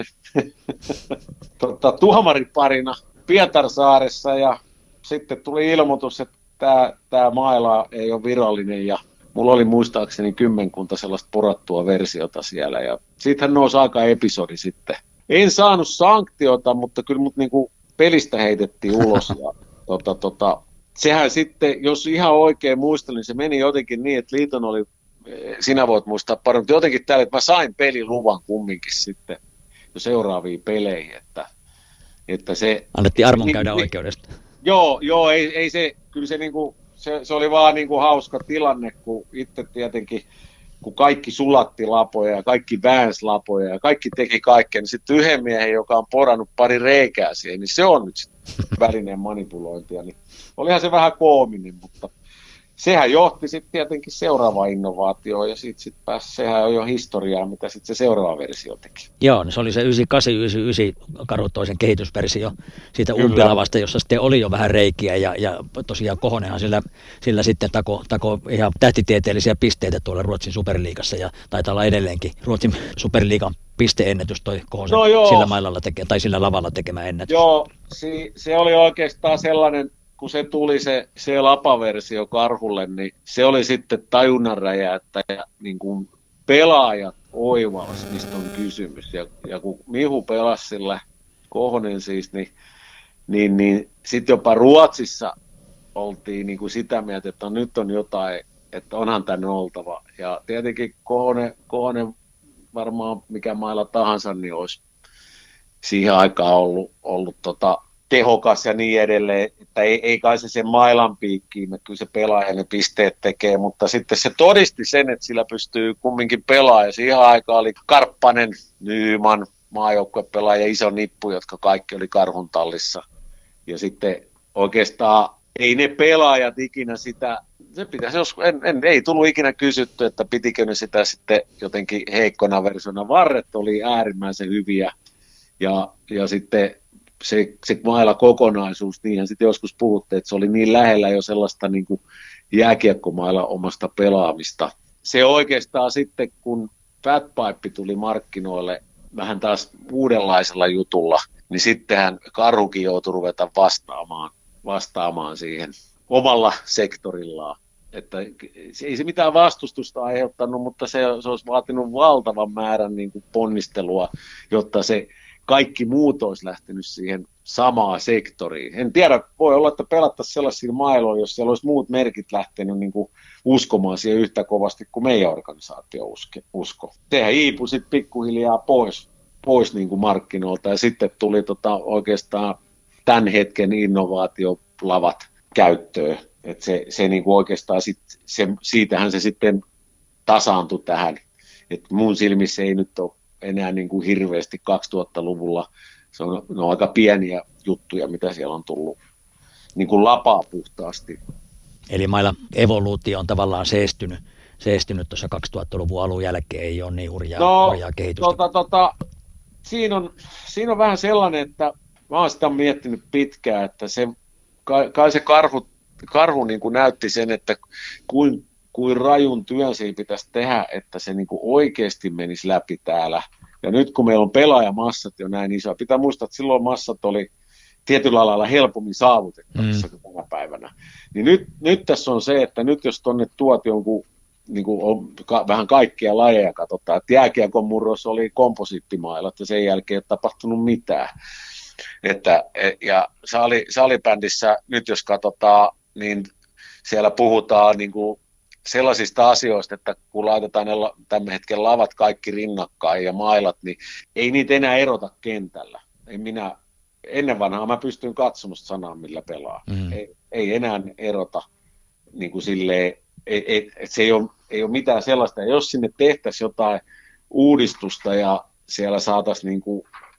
tota, tuomariparina Pietarsaaressa, ja sitten tuli ilmoitus, että tämä, tämä maila ei ole virallinen, ja mulla oli muistaakseni kymmenkunta sellaista porattua versiota siellä, ja siitähän nousi aika episodi sitten. En saanut sanktiota, mutta kyllä mut niinku pelistä heitettiin ulos, ja tota, tota, sehän sitten, jos ihan oikein muistelin, niin se meni jotenkin niin, että liiton oli, sinä voit muistaa paremmin, mutta jotenkin täällä, että mä sain peliluvan kumminkin sitten jo seuraaviin peleihin, että, että se... Annettiin armon niin, käydä niin, oikeudesta. Joo, joo, ei, ei se, kyllä se niinku, se, se oli vaan niinku hauska tilanne, kun itse tietenkin, kun kaikki sulatti lapoja ja kaikki väänsi lapoja ja kaikki teki kaikkea, niin sitten yhden miehen, joka on porannut pari reikää siihen, niin se on nyt välineen manipulointia. Niin olihan se vähän koominen, mutta sehän johti sitten tietenkin seuraavaan innovaatioon, ja sitten sit pääsi, sehän on jo historiaa, mitä sitten se seuraava versio teki. Joo, no se oli se yhdeksänkymmentäkahdeksan yhdeksänkymmentäyhdeksän Karutoisen kehitysversio siitä umpilavasta, jossa sitten oli jo vähän reikiä, ja, ja tosiaan Kohonenhan sillä, sillä sitten tako, tako ihan tähtitieteellisiä pisteitä tuolla Ruotsin superliigassa, ja taitaa olla edelleenkin Ruotsin superliigan pisteennätys toi Kohosen no sillä mailalla teke, tai sillä lavalla tekemä ennätys. Joo, si, se oli oikeastaan sellainen, kun se tuli se, se lapaversio Karhulle, niin se oli sitten tajunnan räjäyttäjä, niin kuin pelaajat oivalsi, mistä on kysymys. Ja, ja kun Mihu pelasi sillä, Kohonen siis, niin, niin, niin sitten jopa Ruotsissa oltiin niin kuin sitä mieltä, että on, nyt on jotain, että onhan tänne oltava. Ja tietenkin Kohonen, Kohonen varmaan mikä mailla tahansa, niin olisi siihen aikaan ollut, ollut tota, tehokas ja niin edelleen, että ei, ei kai se sen mailan piikkiin, että kyllä se pelaaja ne pisteet tekee, mutta sitten se todisti sen, että sillä pystyy kumminkin pelaamaan, ja siihen aikaan oli Karppanen, Nyyman, maajoukkuepelaaja, Iso Nippu, jotka kaikki oli Karhun tallissa, ja sitten oikeastaan ei ne pelaajat ikinä sitä, se pitäisi, jos, en, en, ei tullut ikinä kysytty, että pitikö ne sitä sitten jotenkin heikkona versiona, varret oli äärimmäisen hyviä, ja, ja sitten se, se maila kokonaisuus, niinhän sitten joskus puhutte, että se oli niin lähellä jo sellaista niin kuin jääkiekkomailla omasta pelaamista. Se oikeastaan sitten, kun Fatpipe tuli markkinoille vähän taas uudenlaisella jutulla, niin sittenhän Karhukin joutui ruveta vastaamaan, vastaamaan siihen omalla sektorillaan. Että ei se mitään vastustusta aiheuttanut, mutta se, se olisi vaatinut valtavan määrän niin kuin ponnistelua, jotta se kaikki muut olisi lähtenyt siihen samaan sektoriin. En tiedä, voi olla, että pelattaisiin sellaisilla mailoilla, jos siellä olisi muut merkit lähtenyt niin kuin uskomaan siihen yhtä kovasti kuin meidän organisaatio usko. Sehän hiipui sitten pikkuhiljaa pois, pois niin kuin markkinoilta, ja sitten tuli tota oikeastaan tämän hetken innovaatiolavat käyttöön. Et se, se niin kuin oikeastaan sit, se, siitähän se sitten tasaantui tähän. Et mun silmissä ei nyt ole enää niin kuin hirveästi kaksituhattaluvulla. Se on, ne on aika pieniä juttuja, mitä siellä on tullut niin kuin lapaa puhtaasti. Eli mailla evoluutio on tavallaan seestynyt, seestynyt tuossa kaksituhattaluvun alun jälkeen, ei ole niin hurjaa, no, hurjaa kehitystä. Tota, tota, siinä, on, siinä on vähän sellainen, että mä oon sitä miettinyt pitkään, että se, kai, kai se karhu, karhu niin kuin näytti sen, että kuin kuin rajun työn siinä pitäisi tehdä, että se niin kuin oikeasti menisi läpi täällä. Ja nyt kun meillä on pelaajamassat jo näin isoja, pitää muistaa, että silloin massat oli tietyllä lailla helpommin saavutettavissa mm. tänä päivänä. Niin nyt, nyt tässä on se, että nyt jos tuonne tuot jonkun, niin kuin on ka, vähän kaikkia lajeja katsotaan, että jääkiekon murros oli komposiittimailat ja sen jälkeen ei tapahtunut mitään. Että, ja sali, salibändissä nyt jos katsotaan, niin siellä puhutaan niin kuin sellaisista asioista, että kun laitetaan ne tämän hetken lavat kaikki rinnakkain ja mailat, niin ei niitä enää erota kentällä. Ei minä, ennen vanhaa mä pystyn katsomaan sanaa, millä pelaa. Mm. Ei, ei enää erota niin kuin silleen, ei, ei, se ei ole, ei ole mitään sellaista. Ja jos sinne tehtäisiin jotain uudistusta ja siellä saataisiin niin kuin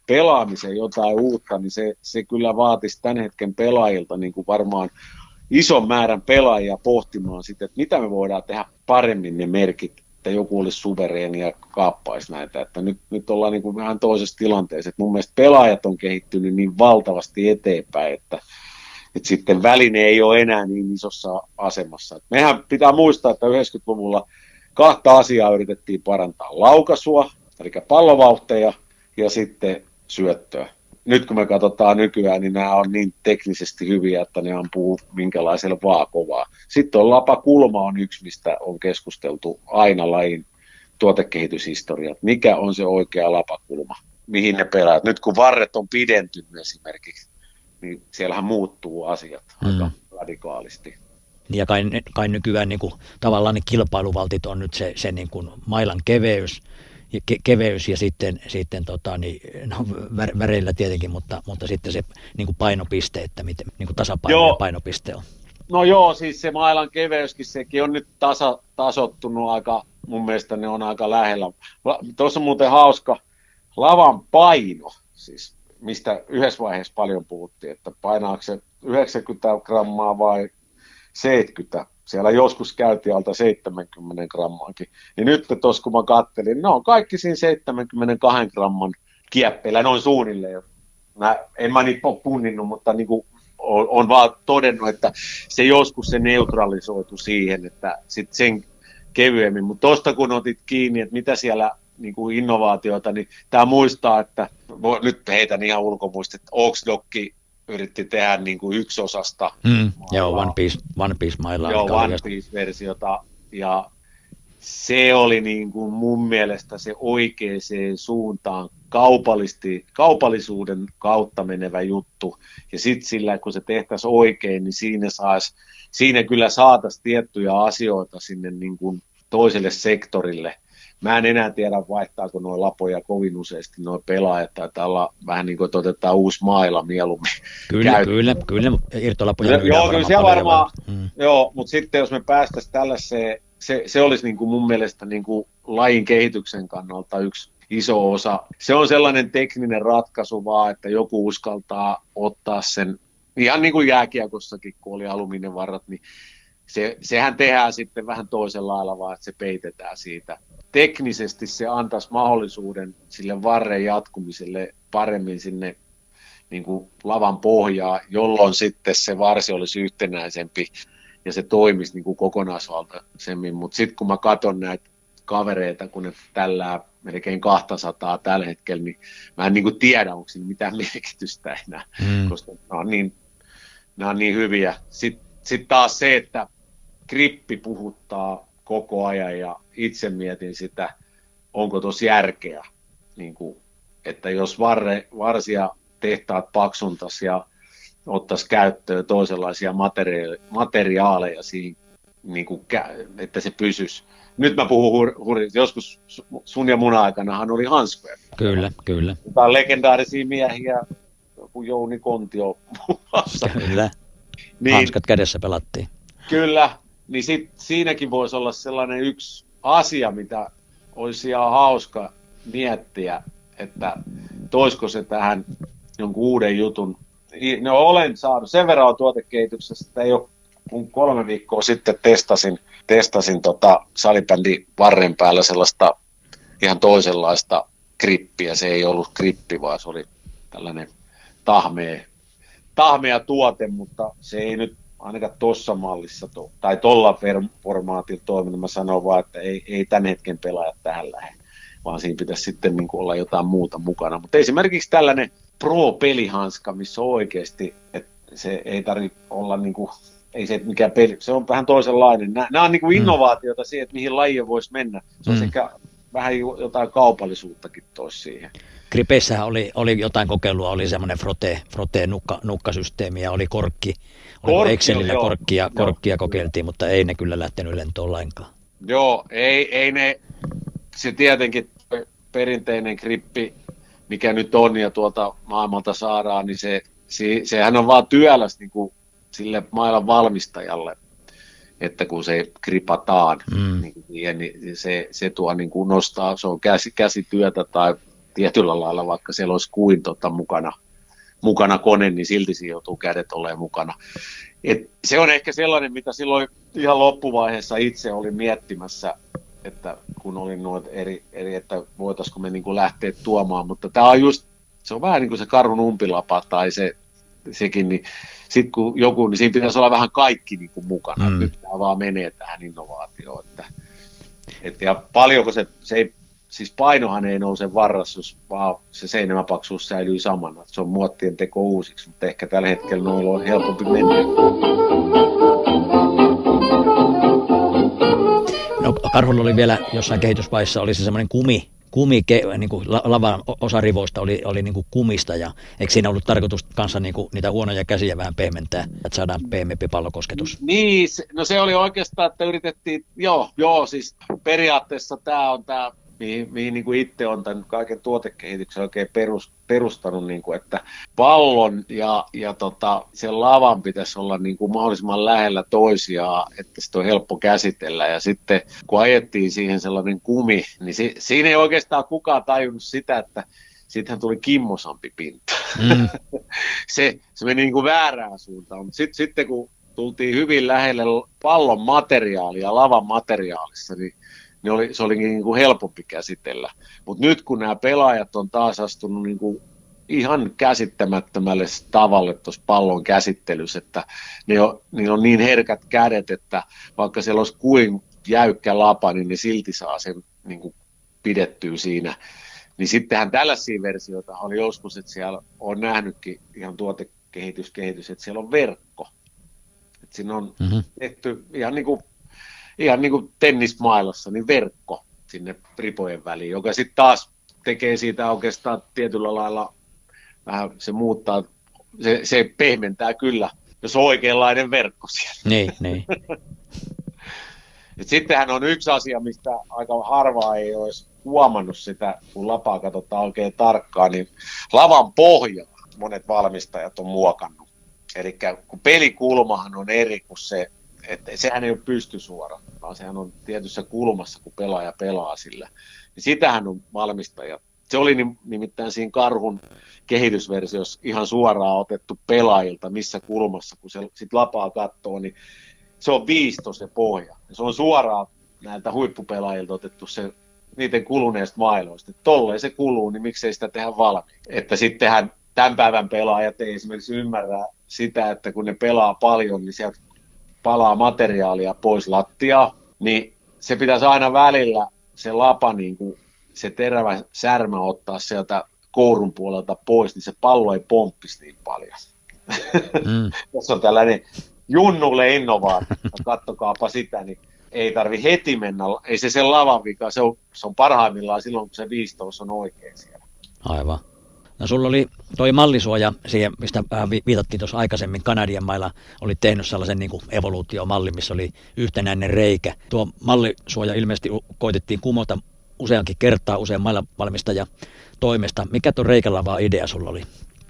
pelaamiseen jotain uutta, niin se, se kyllä vaatisi tämän hetken pelaajilta niin kuin varmaan ison määrän pelaajia pohtimaan sitä, että mitä me voidaan tehdä paremmin ne merkit, että joku olisi suvereeni ja kaappaisi näitä. Että nyt, nyt ollaan niin kuin vähän toisessa tilanteessa. Että mun mielestä pelaajat on kehittynyt niin valtavasti eteenpäin, että, että sitten väline ei ole enää niin isossa asemassa. Että mehän pitää muistaa, että yhdeksänkymmentäluvulla kahta asiaa yritettiin parantaa: laukaisua, eli pallovauhteja, ja sitten syöttöä. Nyt kun me katsotaan nykyään, niin nämä on niin teknisesti hyviä, että ne ampuu minkälaisella vaan kovaa. Sitten on lapakulma on yksi, mistä on keskusteltu aina lajin tuotekehityshistoriat. Mikä on se oikea lapakulma? Mihin ne pelaat? Nyt kun varret on pidentynyt esimerkiksi, niin siellähän muuttuu asiat mm. aika radikaalisti. Ja kai, kai nykyään niin kuin, tavallaan ne kilpailuvaltit on nyt se, se niin kuin mailan keveys, ja ke, keveys ja sitten, sitten tota, niin, no, vä, väreillä tietenkin, mutta, mutta sitten se niin kuin painopiste, että miten niin kuin tasapaino joo. ja painopiste on. No joo, siis se mailan keveyskin, sekin on nyt tasa, tasottunut aika, mun mielestä ne on aika lähellä. Tuossa on muuten hauska lavan paino, siis mistä yhdessä vaiheessa paljon puhuttiin, että painaako se yhdeksänkymmentä grammaa vai seitsemänkymmentä, siellä joskus käytiin alta seitsemänkymmentä grammaakin, niin nyt tuossa kun mä kattelin, ne on kaikki siinä seitsemänkymmentäkaksi gramman kieppeillä, noin suunnilleen. Mä, en mä niitä ole punninnut, mutta niin kuin on, on vaan todennut, että se joskus se neutralisoitu siihen, että sitten sen kevyemmin, mutta tuosta kun otit kiinni, että mitä siellä niin kuin innovaatioita, niin tämä muistaa, että nyt heitän ihan ulkomuistit, että Oxdokki yritti tehdä niin kuin yksi osasta. Mm, joo, One Piece, One Piece mailaa. Joo, One Piece-versiota, ja se oli niin kuin mun mielestä se oikeaan suuntaan kaupallisuuden kautta menevä juttu, ja sitten sillä, kun se tehtäisiin oikein, niin siinä, sais, siinä kyllä saataisiin tiettyjä asioita sinne niin kuin toiselle sektorille. Mä en enää tiedä, vaihtaako nuo lapoja kovin useasti nuo pelaajat, taitaa olla vähän niin kuin, että otetaan uusi maila mieluummin. Kyllä, Käyt... kyllä, kyllä, irtolapoja myydään joo, kyllä siellä varmaan, mm. joo, mutta sitten jos me päästäisiin tällaiseen, se, se olisi niin kuin mun mielestä niin kuin lajin kehityksen kannalta yksi iso osa. Se on sellainen tekninen ratkaisu vaan, että joku uskaltaa ottaa sen, ihan niin kuin jääkiekossakin, kun oli alumiinivarrat, niin se, sehän tehdään sitten vähän toisella lailla vaan, että se peitetään siitä. Teknisesti se antaisi mahdollisuuden sille varren jatkumiselle paremmin sinne niin kuin lavan pohjaa, jolloin sitten se varsi olisi yhtenäisempi ja se toimisi niin kuin kokonaisvaltaisemmin. Mutta sitten kun mä katson näitä kavereita, kun ne tällää melkein kaksisataa tällä hetkellä, niin mä en niin kuin tiedä, onko siinä mitään merkitystä enää, mm. koska nämä on niin, nämä on niin hyviä. Sitten sit taas se, että grippi puhuttaa koko ajan, ja itse mietin sitä, onko tuossa järkeä, niin kuin, että jos varre, varsia tehtaat paksuntaisi ja ottaisi käyttöön toisenlaisia materiaaleja, materiaaleja siihen, niin kuin, että se pysyisi. Nyt mä puhun hur, hur, joskus sun ja mun aikanahan oli hanskoja. Kyllä, kyllä. Tämä on legendaarisia miehiä, joku Jouni Kontio muun muassa. Kyllä, niin, hanskat kädessä pelattiin. Kyllä. Niin sit, siinäkin voisi olla sellainen yksi asia, mitä olisi ihan hauska miettiä, että toisko se tähän jonkun uuden jutun. No olen saanut, sen verran on tuotekehityksestä, että ei ole, kun kolme viikkoa sitten testasin, testasin tota salibändin varren päällä sellaista ihan toisenlaista grippiä. Se ei ollut grippi, vaan se oli tällainen tahmea, tahmea tuote, mutta se ei nyt ainakaan tuossa mallissa to, tai tuolla formaatilla toiminut. Mä sanon vaan, että ei, ei tämän hetken pelaajat tähän lähde, vaan siinä pitäisi sitten niin kuin olla jotain muuta mukana. Mutta esimerkiksi tällainen pro-pelihanska, missä on oikeasti, että se ei tarvitse olla niin kuin, ei se mikään peli, se on vähän toisenlainen. Nämä, nämä on niin kuin innovaatioita mm. siihen, että mihin lajien voisi mennä. Se on mm. sekä vähän jotain kaupallisuuttakin toisi siihen. Gripeissähän oli, oli jotain kokeilua, oli semmoinen frote, frote nukka, nukkasysteemi ja oli korkki. Oli Excelillä korkkia, korkkia kokeiltiin, mutta ei ne kyllä lähtenyt lentoon lainkaan. Joo, ei, ei ne, se tietenkin perinteinen grippi, mikä nyt on ja tuolta maailmalta saadaan, niin se, se, sehän on vaan työläs niin kuin sille mailan valmistajalle, että kun se gripataan, mm. niin, niin se, se tuo niin kuin nostaa, se on käsi, käsityötä tai tietyllä lailla, vaikka siellä olisi kuin tota, mukana, mukana kone, niin silti siinä joutuu kädet olemaan mukana. Et se on ehkä sellainen, mitä silloin ihan loppuvaiheessa itse olin miettimässä, että kun olin noita eri, eri että voitaisiko me niin kuin lähteä tuomaan, mutta tämä on just, se on vähän niin kuin se karhun umpilapa tai se, sekin, niin sitten kun joku, niin siinä pitäisi olla vähän kaikki niin kuin mukana, mm. nyt tämä vaan menee tähän innovaatioon, että, et, ja paljonko se, se ei, siis painohan ei nouse varrastus, vaan se seinämäpaksuus säilyy samana, se on muottien teko uusiksi, mutta ehkä tällä hetkellä noilla on helpompi mennä. No, karhulla oli vielä jossain kehitysvaiheessa oli se semmoinen kumi, kumi niin kuin lavan osa rivoista oli, oli niin kuin kumista, ja eikö siinä ollut tarkoitus kanssa niin kuin niitä huonoja käsiä vähän pehmentää, että saadaan pehmeämpi pallokosketus? Niin, no se oli oikeastaan, että yritettiin, joo, joo siis periaatteessa tämä on tämä, mihin, mihin niin kuin itse on tämän kaiken tuotekehityksen oikein perus, perustanut, niin kuin, että pallon ja, ja tota, sen lavan pitäisi olla niin kuin mahdollisimman lähellä toisiaan, että sitä on helppo käsitellä. Ja sitten kun ajettiin siihen sellainen kumi, niin si, siinä ei oikeastaan kukaan tajunnut sitä, että siitähän tuli kimmosampi pinta. Mm. se, se meni niin kuin väärään suuntaan, mutta sit, sitten kun tultiin hyvin lähelle pallon materiaalia, lavan materiaalissa, niin Ne oli, se oli niin kuin helpompi käsitellä. Mutta nyt kun nämä pelaajat on taas astunut niin kuin ihan käsittämättömälle tavalle tuossa pallon käsittelyssä, että ne on, niin on niin herkät kädet, että vaikka siellä olisi kuin jäykkä lapa, niin ne silti saa sen niin kuin pidettyä siinä. Niin sittenhän tällaisia versioita oli joskus, että siellä on nähnytkin ihan tuotekehitys, kehitys, että siellä on verkko. Että siinä on mm-hmm. tehty ihan niin kuin Ihan niin kuin tennismailassa, niin verkko sinne ripojen väliin, joka sitten taas tekee siitä oikeastaan tietyllä lailla vähän, se muuttaa, se, se pehmentää kyllä, jos on oikeanlainen verkko siellä. Niin, niin. Sittenhän on yksi asia, mistä aika harvaa ei olisi huomannut sitä, kun lapaa katsotaan oikein tarkkaan, niin lavan pohja monet valmistajat on muokannut. Eli kun pelikulmahan on eri kuin se, että sehän ei ole pystysuora, vaan sehän on tietyssä kulmassa, kun pelaaja pelaa sillä. Niin sitähän on valmistajat. Se oli nimittäin siinä karhun kehitysversiossa ihan suoraan otettu pelaajilta, missä kulmassa, kun se sit lapaa katsoo, niin se on viisto se pohja. Ja se on suoraan näiltä huippupelaajilta otettu se niiden kuluneista mailoista. Että tolleen se kuluu, niin miksei sitä tehdä valmiin. Että sittenhän tämän päivän pelaajat ei esimerkiksi ymmärrä sitä, että kun ne pelaa paljon, niin sieltä palaa materiaalia pois lattiaa, niin se pitäisi aina välillä se lapa, niin kuin se terävä särmä ottaa sieltä kourun puolelta pois, niin se pallo ei pomppisi niin paljon. Mm. Jos on tällainen junnulle innovaatio, kattokaapa sitä, niin ei tarvi heti mennä, ei se sen lavan vika, se on, se on parhaimmillaan silloin, kun se viistous on oikein siellä. Aivan. No sulla oli toi mallisuoja, siihen, mistä vähän viitattiin tuossa aikaisemmin, Kanadian mailla oli tehnyt sellaisen niin kuin evoluutiomalli, missä oli yhtenäinen reikä. Tuo mallisuoja ilmeisesti koitettiin kumota useankin kertaa usean mailla valmistajan toimesta. Mikä tuon reikälavaa idea sulla oli?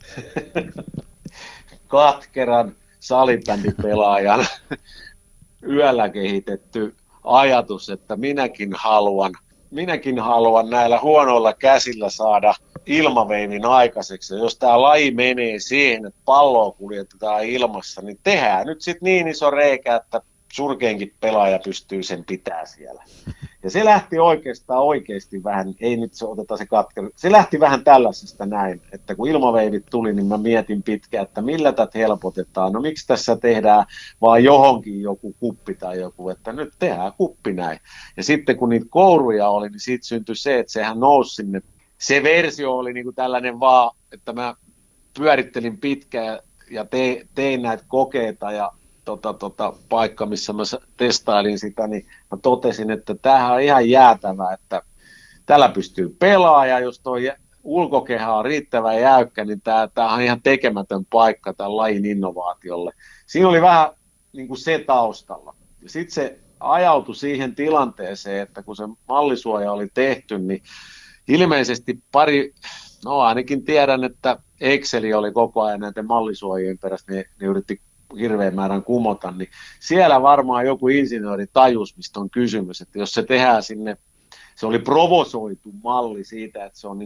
Katkeran salibändipelaajan yöllä kehitetty ajatus, että minäkin haluan, minäkin haluan näillä huonoilla käsillä saada ilmaveivin aikaiseksi. Ja jos tämä laji menee siihen, että palloa kuljetetaan ilmassa, niin tehdään nyt sitten niin iso reikä, että surkeinkin pelaaja pystyy sen pitää siellä. Ja se lähti oikeastaan oikeasti vähän, ei nyt se oteta se katkera, se lähti vähän tällaisesta näin, että kun ilmaveivit tuli, niin mä mietin pitkään, että millä tätä helpotetaan, no miksi tässä tehdään vaan johonkin joku kuppi tai joku, että nyt tehdään kuppi näin. Ja sitten kun niitä kouruja oli, niin siitä syntyi se, että sehän nousi sinne. Se versio oli niin kuin tällainen vaan, että mä pyörittelin pitkään ja te, tein näitä kokeita ja tota, tota, paikka, missä mä testailin sitä, niin mä totesin, että tämähän on ihan jäätävä, että tällä pystyy pelaamaan ja jos tuo ulkokehä on riittävän jäykkä, niin tämä, tämä on ihan tekemätön paikka tämän lajin innovaatiolle. Siinä oli vähän niin kuin se taustalla. Ja sitten se ajautui siihen tilanteeseen, että kun se mallisuoja oli tehty, niin ilmeisesti pari, no ainakin tiedän, että Exceli oli koko ajan näiden mallisuojien perässä, ne, ne yritti hirveän määrän kumota, niin siellä varmaan joku insinööri tajus, mistä on kysymys, että jos se tehdään sinne, se oli provosoitu malli siitä, että se on niin kuin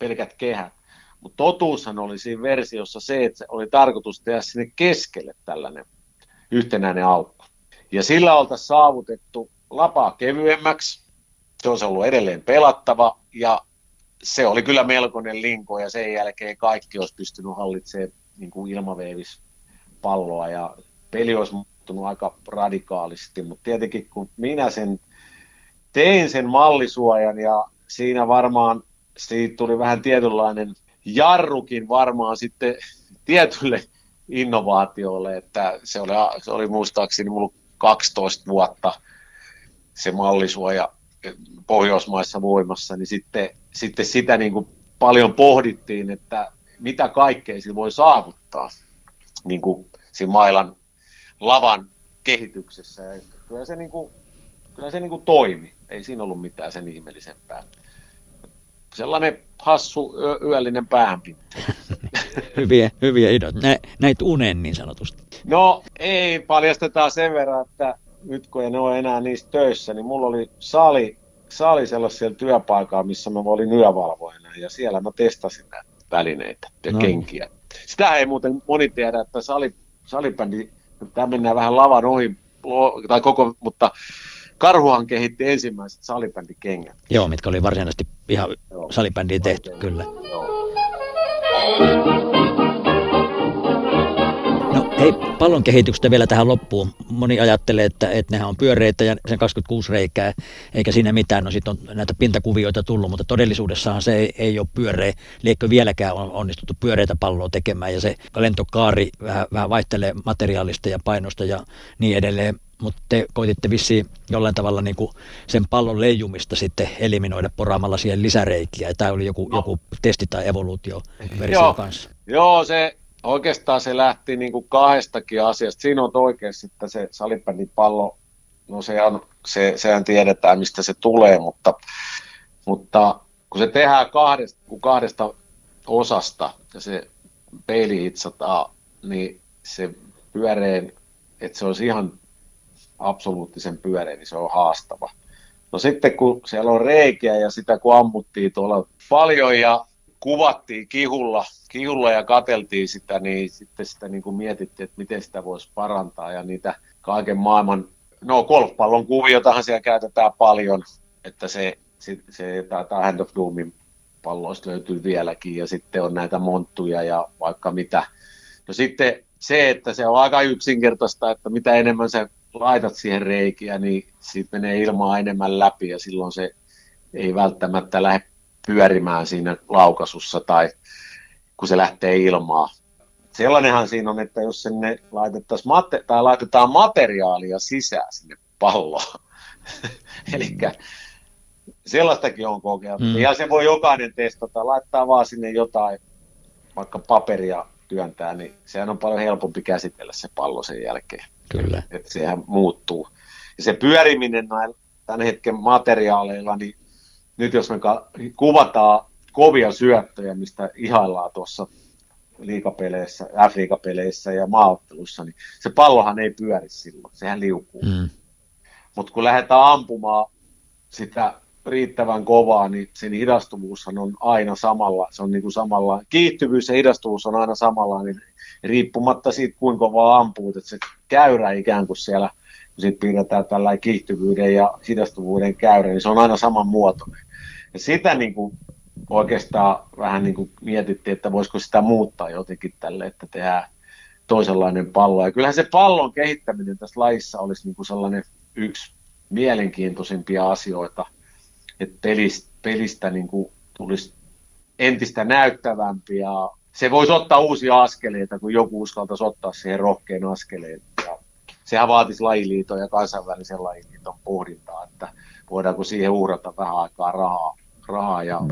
pelkät kehät. Mutta totuushan oli siinä versiossa se, että se oli tarkoitus tehdä sinne keskelle tällainen yhtenäinen aukko. Ja sillä oltaisiin saavutettu lapaa kevyemmäksi, se olisi ollut edelleen pelattava, ja se oli kyllä melkoinen linko, ja sen jälkeen kaikki olisi pystynyt hallitsemaan niin kuin ilmaveivispalloa, ja peli olisi muuttunut aika radikaalisti, mutta tietenkin kun minä sen tein sen mallisuojan, ja siinä varmaan siitä tuli vähän tietynlainen jarrukin varmaan sitten tietylle innovaatiolle, että se oli, se oli muistaakseni mulla kaksitoista vuotta se mallisuoja Pohjoismaissa voimassa, niin sitten, sitten sitä niin kuin paljon pohdittiin, että mitä kaikkea sillä voi saavuttaa niin kuin siinä mailan lavan kehityksessä. Ja kyllä se, niin kuin, kyllä se niin kuin toimi, ei siinä ollut mitään sen ihmeellisempää. Sellainen hassu yö, yöllinen päähänpinta. hyviä, hyviä idot. Nä, näit unen niin sanotusti. No ei, paljastetaan sen verran, että nyt kun en ole enää niissä töissä, niin mulla oli sali, sali sellaisella työpaikalla, missä mä olin yövalvojana, ja siellä mä testasin näitä välineitä ja no. kenkiä. Sitä ei muuten moni tiedä, että sali, salibändi, tämä mennään vähän lavan ohi, tai koko, mutta Karhuhan kehitti ensimmäiset salibändikengät. Joo, mitkä oli varsinaisesti ihan salibändiin tehty, Oikein. Kyllä. Joo. No hei, pallon kehityksestä vielä tähän loppuun. Moni ajattelee, että, että nehän on pyöreitä ja sen kaksikymmentäkuusi reikää, eikä siinä mitään. No sitten on näitä pintakuvioita tullut, mutta todellisuudessahan se ei, ei ole pyöreä. Liekö vieläkään on onnistuttu pyöreitä palloa tekemään, ja se lentokaari vähän, vähän vaihtelee materiaalista ja painosta ja niin edelleen. Mutta te koititte vissiin jollain tavalla niin kuin sen pallon leijumista sitten eliminoida poraamalla siihen lisäreikiä. Tämä oli joku, no. joku testi tai evoluutio-versio Joo. kanssa. Joo, se oikeastaan se lähti niin kuin kahdestakin asiasta. Siinä on oikeasti, että se salibändin pallo, no se on, se, sehän tiedetään mistä se tulee, mutta, mutta kun se tehdään kahdesta, kun kahdesta osasta ja se peili hitsataan, niin se pyöreen, että se olisi ihan absoluuttisen pyöreä, niin se on haastava. No sitten kun siellä on reikiä ja sitä kun ammuttiin tuolla paljon ja kuvattiin kihulla, kihulla ja katseltiin sitä, niin sitten sitä niin kuin mietittiin, että miten sitä voisi parantaa ja niitä kaiken maailman, no golfpallon kuviotahan siellä käytetään paljon, että se, se, se tämä Hand of Doomin palloista löytyy vieläkin ja sitten on näitä monttuja ja vaikka mitä. No sitten se, että se on aika yksinkertaista, että mitä enemmän se laitat siihen reikiä, niin siitä menee ilmaa enemmän läpi ja silloin se ei välttämättä lähde pyörimään siinä laukaisussa tai kun se lähtee ilmaan. Sellainenhan siinä on, että jos sinne laitettaisiin mate- tai laitetaan materiaalia sisään sinne palloon, eli sellaistakin on kokeiltu. Mm. Ja se voi jokainen testata, laittaa vaan sinne jotain, vaikka paperia työntää, niin sehän on paljon helpompi käsitellä se pallo sen jälkeen. Kyllä. Että sehän muuttuu. Ja se pyöriminen näillä tämän hetken materiaaleilla, niin nyt jos me kuvataan kovia syöttöjä, mistä ihaillaan tuossa liigapeleissä, F-liigapeleissä ja maaottelussa, niin se pallohan ei pyöri silloin, sehän liukuu. Mm. Mutta kun lähdetään ampumaan sitä riittävän kovaa, niin sen hidastuvuushan on aina samalla, se on niin kuin samalla, kiihtyvyys ja hidastuvuus on aina samalla, niin riippumatta siitä kuinka kovaa ampuut, että se käyrä ikään kuin siellä, kun siitä piirretään tällainen kiihtyvyyden ja hidastuvuuden käyrä, niin se on aina saman muotoinen. Ja sitä niin kuin oikeastaan vähän niin kuin mietittiin, että voisiko sitä muuttaa jotenkin tälle, että tehdään toisenlainen pallo. Ja kyllähän se pallon kehittäminen tässä lajissa olisi niin kuin sellainen yksi mielenkiintoisimpia asioita, että pelistä, pelistä niin kuin tulisi entistä näyttävämpi ja se voisi ottaa uusia askeleita, kun joku uskaltaisi ottaa siihen rohkean askeleen. Ja sehän vaatisi lajiliiton ja kansainvälisen lajiliiton pohdintaa, että voidaanko siihen uhrata vähän aikaa rahaa, rahaa ja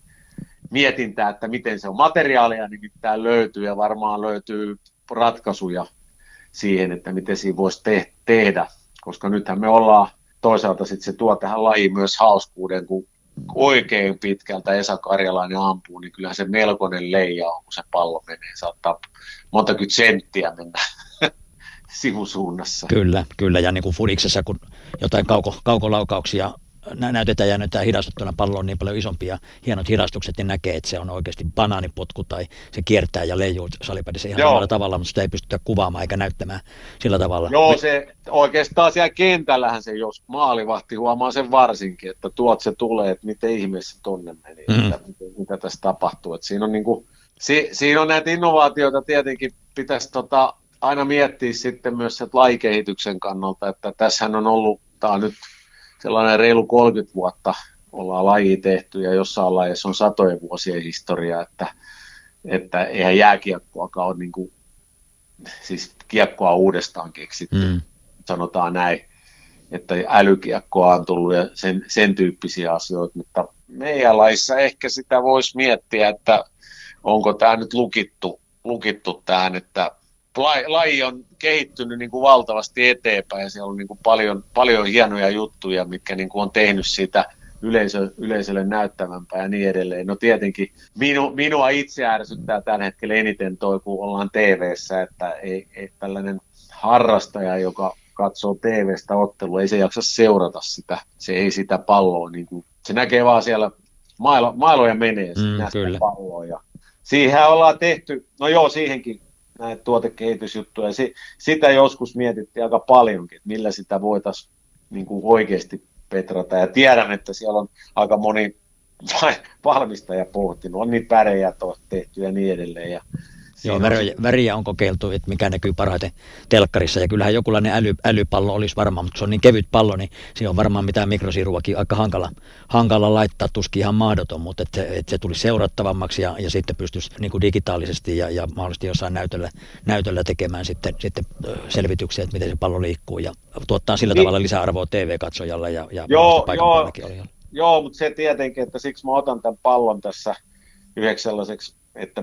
mietintää, että miten se on. Materiaalia nimittäin löytyy ja varmaan löytyy ratkaisuja siihen, että miten siinä voisi te- tehdä, koska nythän me ollaan toisaalta sitten se tuo tähän lajiin myös hauskuuden, kun oikein pitkältä Esa Karjalainen ampuu, niin kyllähän se melkoinen leija on, kun se pallo menee. Saattaa montakymmentä senttiä mennä sivusuunnassa. Kyllä, kyllä. Ja niin kuin fudiksessa, kun jotain kauko, kaukolaukauksia nä- näytetään ja näytetään hidastettuna, pallo on niin paljon isompi ja hienot hidastukset, niin näkee, että se on oikeasti banaanipotku tai se kiertää ja leijuu salipädissä ihan Joo. samalla tavalla, mutta sitä ei pystytä kuvaamaan eikä näyttämään sillä tavalla. Joo, se oikeastaan siellä kentällähän se, jos maalivahti huomaa sen varsinkin, että tuot se tulee, että miten ihmeessä tonne meni, mm. mitä, mitä tässä tapahtuu. Että siinä on niin kuin, si, siinä on näitä innovaatioita tietenkin pitäisi tota, aina miettiä sitten myös sieltä lajikehityksen kannalta, että tässähän on ollut, tämä on nyt sellainen reilu kolmekymmentä vuotta ollaan laji tehty ja jossain lajissa on satojen vuosien historia, että, että eihän jääkiekkoakaan ole niin kuin, siis kiekkoa uudestaan keksitty, mm. sanotaan näin, että älykiekkoa on tullut ja sen, sen tyyppisiä asioita, mutta meidän lajissa ehkä sitä voisi miettiä, että onko tämä nyt lukittu, lukittu tähän, että laji on kehittynyt niin kuin valtavasti eteenpäin ja siellä on niin kuin paljon, paljon hienoja juttuja, mitkä niin kuin on tehnyt siitä yleisö, yleisölle näyttävämpää ja niin edelleen. No tietenkin minu, minua itse ärsyttää tällä hetkellä eniten toi, kun ollaan T V:ssä, että ei, ei tällainen harrastaja, joka katsoo T V:stä ottelua, ei se jaksa seurata sitä, se ei sitä palloa, niin kuin, se näkee vaan siellä mailo, mailoja menee, mm, kyllä. palloa ja siihen ollaan tehty, no joo, siihenkin näitä tuotekehitysjuttuja. Si- sitä joskus mietittiin aika paljonkin, että millä sitä voitaisiin niin kuin oikeasti petrata. Ja tiedän, että siellä on aika moni valmistaja pohtinut. On niitä värejä tehty ja niin edelleen. Ja Joo, väriä, väriä on kokeiltu, että mikä näkyy parhaiten telkkarissa. Ja kyllähän jokinlainen äly, älypallo olisi varmaan, mutta se on niin kevyt pallo, niin siinä on varmaan mitään mikrosiruakin aika hankala, hankala laittaa, tuskin ihan mahdoton, mutta että se, että se tulisi seurattavammaksi ja, ja sitten pystyisi niin kuin digitaalisesti ja, ja mahdollisesti jossain näytöllä, näytöllä tekemään sitten, sitten selvityksiä, että miten se pallo liikkuu ja tuottaa sillä niin tavalla lisäarvoa T V-katsojalle ja, ja joo, joo, joo, mutta se tietenkin, että siksi mä otan tämän pallon tässä yhdeksi sellaiseksi, että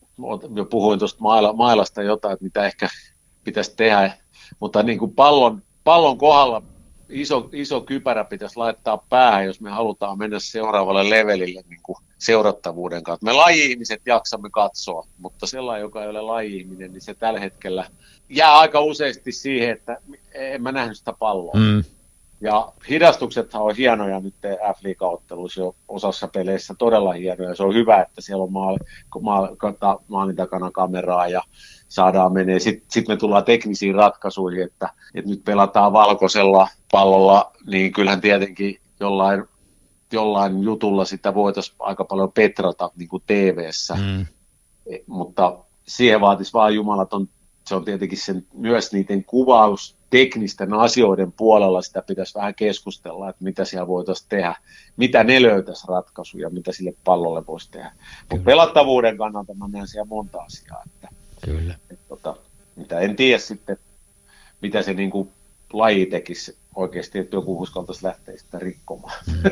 jo puhuin tuosta maila, mailasta jotain, että mitä ehkä pitäisi tehdä, mutta niin kuin pallon, pallon kohdalla iso, iso kypärä pitäisi laittaa päähän, jos me halutaan mennä seuraavalle levelille niin kuin seurattavuuden kautta. Me laji-ihmiset jaksamme katsoa, mutta sellainen, joka ei ole laji-ihminen, niin se tällä hetkellä jää aika useasti siihen, että en mä nähnyt sitä palloa. Mm. Ja hidastuksethan on hienoja nyt F-liiga-otteluissa jo osassa peleissä, todella hienoja. Se on hyvä, että siellä on maali, maali, maalin takana kameraa ja saadaan menee. Sitten sit me tullaan teknisiin ratkaisuihin, että, että nyt pelataan valkoisella pallolla, niin kyllähän tietenkin jollain, jollain jutulla sitä voitaisiin aika paljon petrata niin kuin T V:ssä, mm. e, mutta siihen vaatisi vaan jumalaton, se on tietenkin sen, myös niiden kuvaus, teknisten asioiden puolella sitä pitäisi vähän keskustella, että mitä siellä voitaisiin tehdä, mitä ne löytäisi ratkaisuja, mitä sille pallolle voisi tehdä. Mutta pelattavuuden kannalta mä näen siellä monta asiaa, että, Kyllä. että, tota, mitä en tiedä sitten, mitä se niin kuin laji tekisi oikeasti, että joku uskaltaisi lähteä sitä rikkomaan. Mm.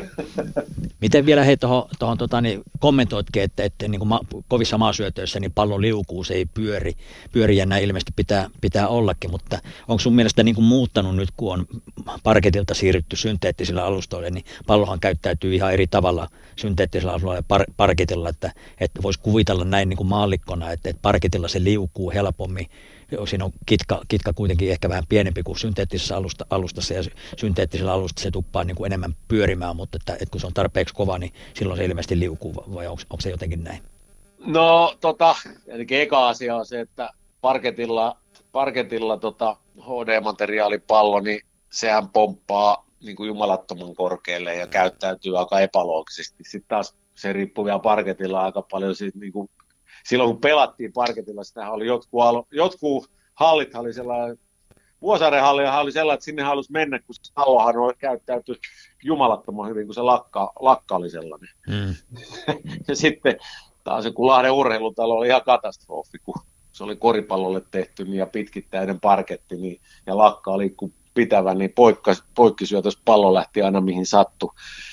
Miten vielä hei tuohon tota, niin kommentoitkin, että, että niin kuin ma, kovissa maasyötöissä niin pallo liukuu, se ei pyöri, pyöri ja näin ilmeisesti pitää, pitää ollakin, mutta onko sun mielestä niin kuin muuttanut nyt, kun on parketilta siirrytty synteettisille alustoille, niin pallohan käyttäytyy ihan eri tavalla synteettisellä alustoilla ja par, parketilla, että, että voisi kuvitella näin niin kuin maallikkona, että, että parketilla se liukuu helpommin. Siinä on kitka, kitka kuitenkin ehkä vähän pienempi kuin synteettisessä alusta, alustassa ja synteettisellä alustassa se tuppaa niin kuin enemmän pyörimään, mutta että, että kun se on tarpeeksi kova, niin silloin se ilmeisesti liukuu, vai onko, onko se jotenkin näin? No tota, eli eka asia on se, että parketilla, parketilla tota H D-materiaalipallo, niin sehän pomppaa niin kuin jumalattoman korkealle ja käyttäytyy aika epäloogisesti. Sitten taas se riippuu vielä parketilla aika paljon siitä, niin kuin silloin kun pelattiin parketilla, sitä oli jotkut, jotkut hallit oli sellainen, Vuosaaren hallihan oli sellainen, että sinne halusi mennä, kun se talohan käyttäytyi jumalattoman hyvin, kun se lakka, lakka oli sellainen. Mm. Ja sitten taas kun Lahden urheilutalo oli ihan katastrofi, kun se oli koripallolle tehty niin, ja pitkittäinen parketti niin, ja lakka oli pitävä, niin poikkisyötös pallo lähti aina mihin sattui.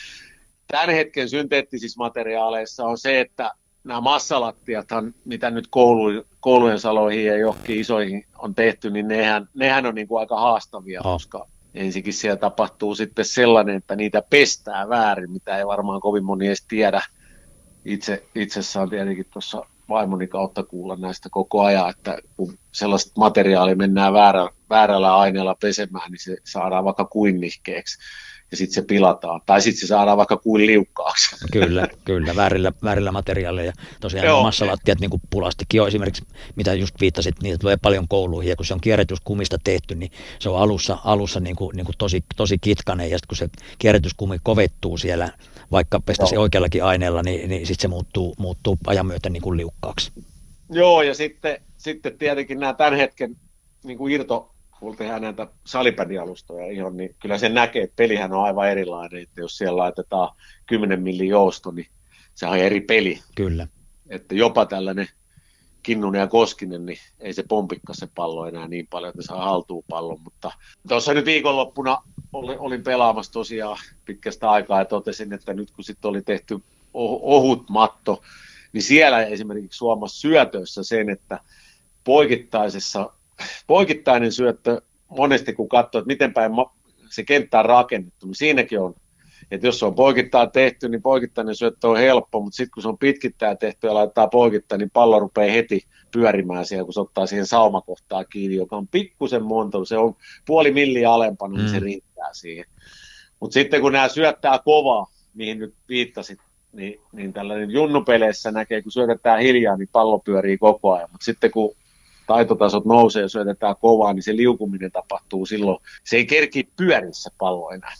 Tämän hetken synteettisissä materiaaleissa on se, että nämä massalattiathan, mitä nyt koulu, koulujen saloihin ja johonkin isoihin on tehty, niin nehän, nehän on niin kuin aika haastavia, oh. koska ensinnäkin siellä tapahtuu sitten sellainen, että niitä pestää väärin, mitä ei varmaan kovin moni edes tiedä. Itse, itsessään tietenkin tuossa vaimoni kautta kuulla näistä koko ajan, että kun sellaista materiaalia mennään väärä, väärällä aineella pesemään, niin se saadaan vaikka kuin nihkeeksi ja sitten se pilataan. Tai sitten se saadaan vaikka kuin liukkaaksi. Kyllä, kyllä, väärillä, väärillä materiaaleilla. Tosiaan Joo. massalattiat, niin kuin pulastikki on esimerkiksi, mitä just viittasit, niitä tulee paljon kouluihin, ja kun se on kierrätyskumista tehty, niin se on alussa, alussa niin kuin, niin kuin tosi, tosi kitkainen, ja sitten kun se kierrätyskumi kovettuu siellä, vaikka pestäisi oikeallakin aineella, niin, niin sitten se muuttuu, muuttuu ajan myötä niin kuin liukkaaksi. Joo, ja sitten, sitten tietenkin nämä tämän hetken niin kuin irto, kun tehdään näitä salibändialustoja ihan, niin kyllä se näkee, että pelihän on aivan erilainen, että jos siellä laitetaan kymmenen millin jousto, niin se on eri peli. Kyllä. Että jopa tällainen Kinnunen ja Koskinen, niin ei se pompikka se pallo enää niin paljon, että saa haltuun pallon, mutta tuossa nyt viikonloppuna olin, olin pelaamassa tosiaan pitkästä aikaa ja totesin, että nyt kun sitten oli tehty ohut matto, niin siellä esimerkiksi Suomessa syötöissä sen, että poikittaisessa Poikittainen syöttö, monesti kun katsoo, että miten päin se kenttä on rakennettu, niin siinäkin on, että jos se on poikittain tehty, niin poikittainen syöttö on helppo, mutta sitten kun se on pitkittäin tehty ja laittaa poikittain, niin pallo rupeaa heti pyörimään siellä, kun se ottaa siihen saumakohtaan kiinni, joka on pikkusen monta, se on puoli milliä alempana, niin mm. se riittää siihen. Mutta sitten kun nämä syöttää kovaa, mihin nyt viittasit, niin, niin tällainen junnupeleissä näkee, kun syötetään hiljaa, niin pallo pyörii koko ajan, mutta sitten kun taitotasot nousee ja syötetään kovaa, niin se liukuminen tapahtuu silloin. Se ei kerki pyörissä pallo enää.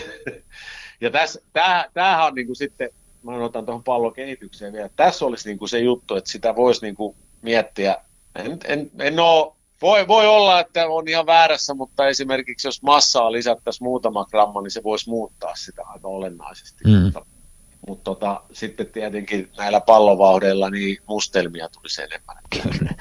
Ja tässä, tämähän on niin kuin sitten, mä otan tuohon pallon kehitykseen vielä, tässä olisi niin kuin se juttu, että sitä voisi niin kuin miettiä. En, en, en ole, voi, voi olla, että on ihan väärässä, mutta esimerkiksi jos massaa lisättäisiin muutama gramma, niin se voisi muuttaa sitä aika olennaisesti. Mm. Mutta, mutta tota, sitten tietenkin näillä pallovauhdeilla niin mustelmia tulisi enemmän. Kyllä.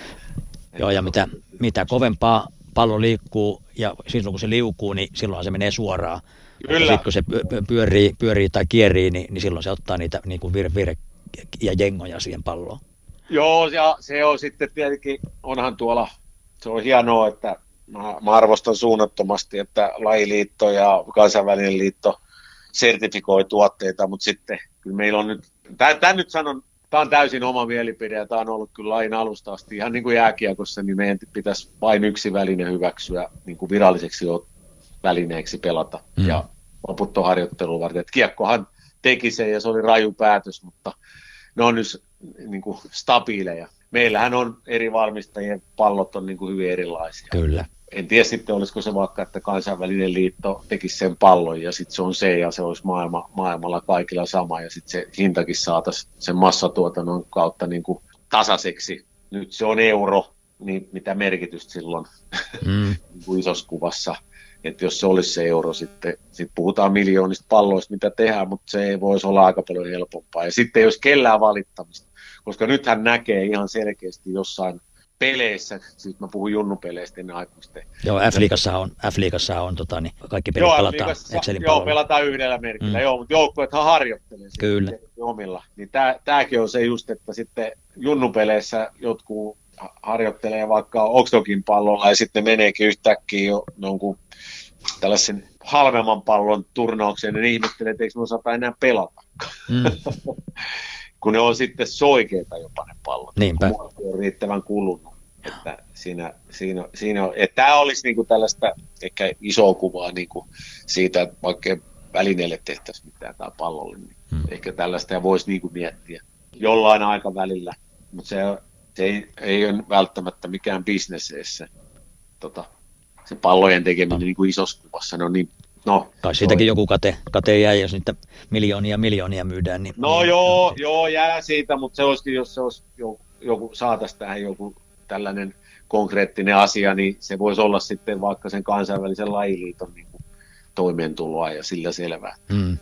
Joo, ja mitä, mitä kovempaa pallo liikkuu, ja silloin kun se liukuu, niin silloin se menee suoraan. Sitten kun se pyörii, pyörii tai kierii, niin, niin silloin se ottaa niitä niin kuin vire, vire ja jengoja siihen palloon. Joo, ja se on sitten tietenkin, onhan tuolla, se on hienoa, että mä, mä arvostan suunnattomasti, että lajiliitto ja kansainvälinen liitto sertifikoi tuotteita, mutta sitten kyllä meillä on nyt, tämän nyt sanon, tämä on täysin oma mielipide ja tämä on ollut kyllä lain alusta asti ihan niin kuin jääkiekossa, niin meidän pitäisi vain yksi väline hyväksyä niin kuin viralliseksi välineeksi pelata mm. ja loputtoharjoittelua varten. Et kiekkohan teki sen ja se oli raju päätös, mutta ne on nyt niin kuin stabiileja. Meillähän on eri valmistajien pallot on niin kuin hyvin erilaisia. Kyllä. En tiedä sitten, olisiko se vaikka, että kansainvälinen liitto tekisi sen pallon ja sitten se on se ja se olisi maailma, maailmalla kaikilla sama ja sitten se hintakin saataisiin sen massatuotannon kautta niin kuin tasaiseksi. Nyt se on euro, niin mitä merkitystä silloin mm. niin kuin isossa kuvassa. Että jos se olisi se euro, sitten sit puhutaan miljoonista palloista, mitä tehdään, mutta se ei voisi olla aika paljon helpompaa. Ja sitten ei olisi kellään valittamista, koska nythän näkee ihan selkeästi jossain peleissä, siis mä puhun junnupeleistä ennen aikuisten. Joo, F-liigassahan on, F-liigassahan on tota, niin kaikki pelit joo, pelataan Excelin Joo, pelataan yhdellä merkillä, mm. joo, mutta joukkueethan harjoittelee Kyllä. omilla. Niin tämäkin on se just, että sitten junnupeleissä jotkut harjoittelee vaikka Oxdokin pallolla ja sitten meneekin yhtäkkiä jo jonkun tällaisen halvemman pallon turnaukseen, niin ihmettelee, että eikö me osata enää pelata. Mm. Kun ne on sitten soikeita jopa ne pallot. Niinpä. On riittävän kulunut. Että siinä, siinä, siinä on, että tämä olisi niinku tällaista ehkä isoa kuvaa niinku siitä, että vaikka välineelle tehtäisiin mitään tai pallolle, niin hmm. ehkä tällaista ja voisi niinku miettiä jollain aikavälillä, mutta se, se ei, ei ole välttämättä mikään bisneseessä tota, se pallojen tekeminen no. niinku isossa kuvassa. Ne on niin, no, kai siitäkin joku kate, kate jää, jos niitä miljoonia miljoonia myydään. Niin, no niin, joo, no. joo, jää siitä, mutta se olisikin, jos se olisi joku, joku saataisiin tähän joku tällainen konkreettinen asia, niin se voisi olla sitten vaikka sen kansainvälisen lajiliiton niin kuin toimeentuloa ja sillä selvää. Mm.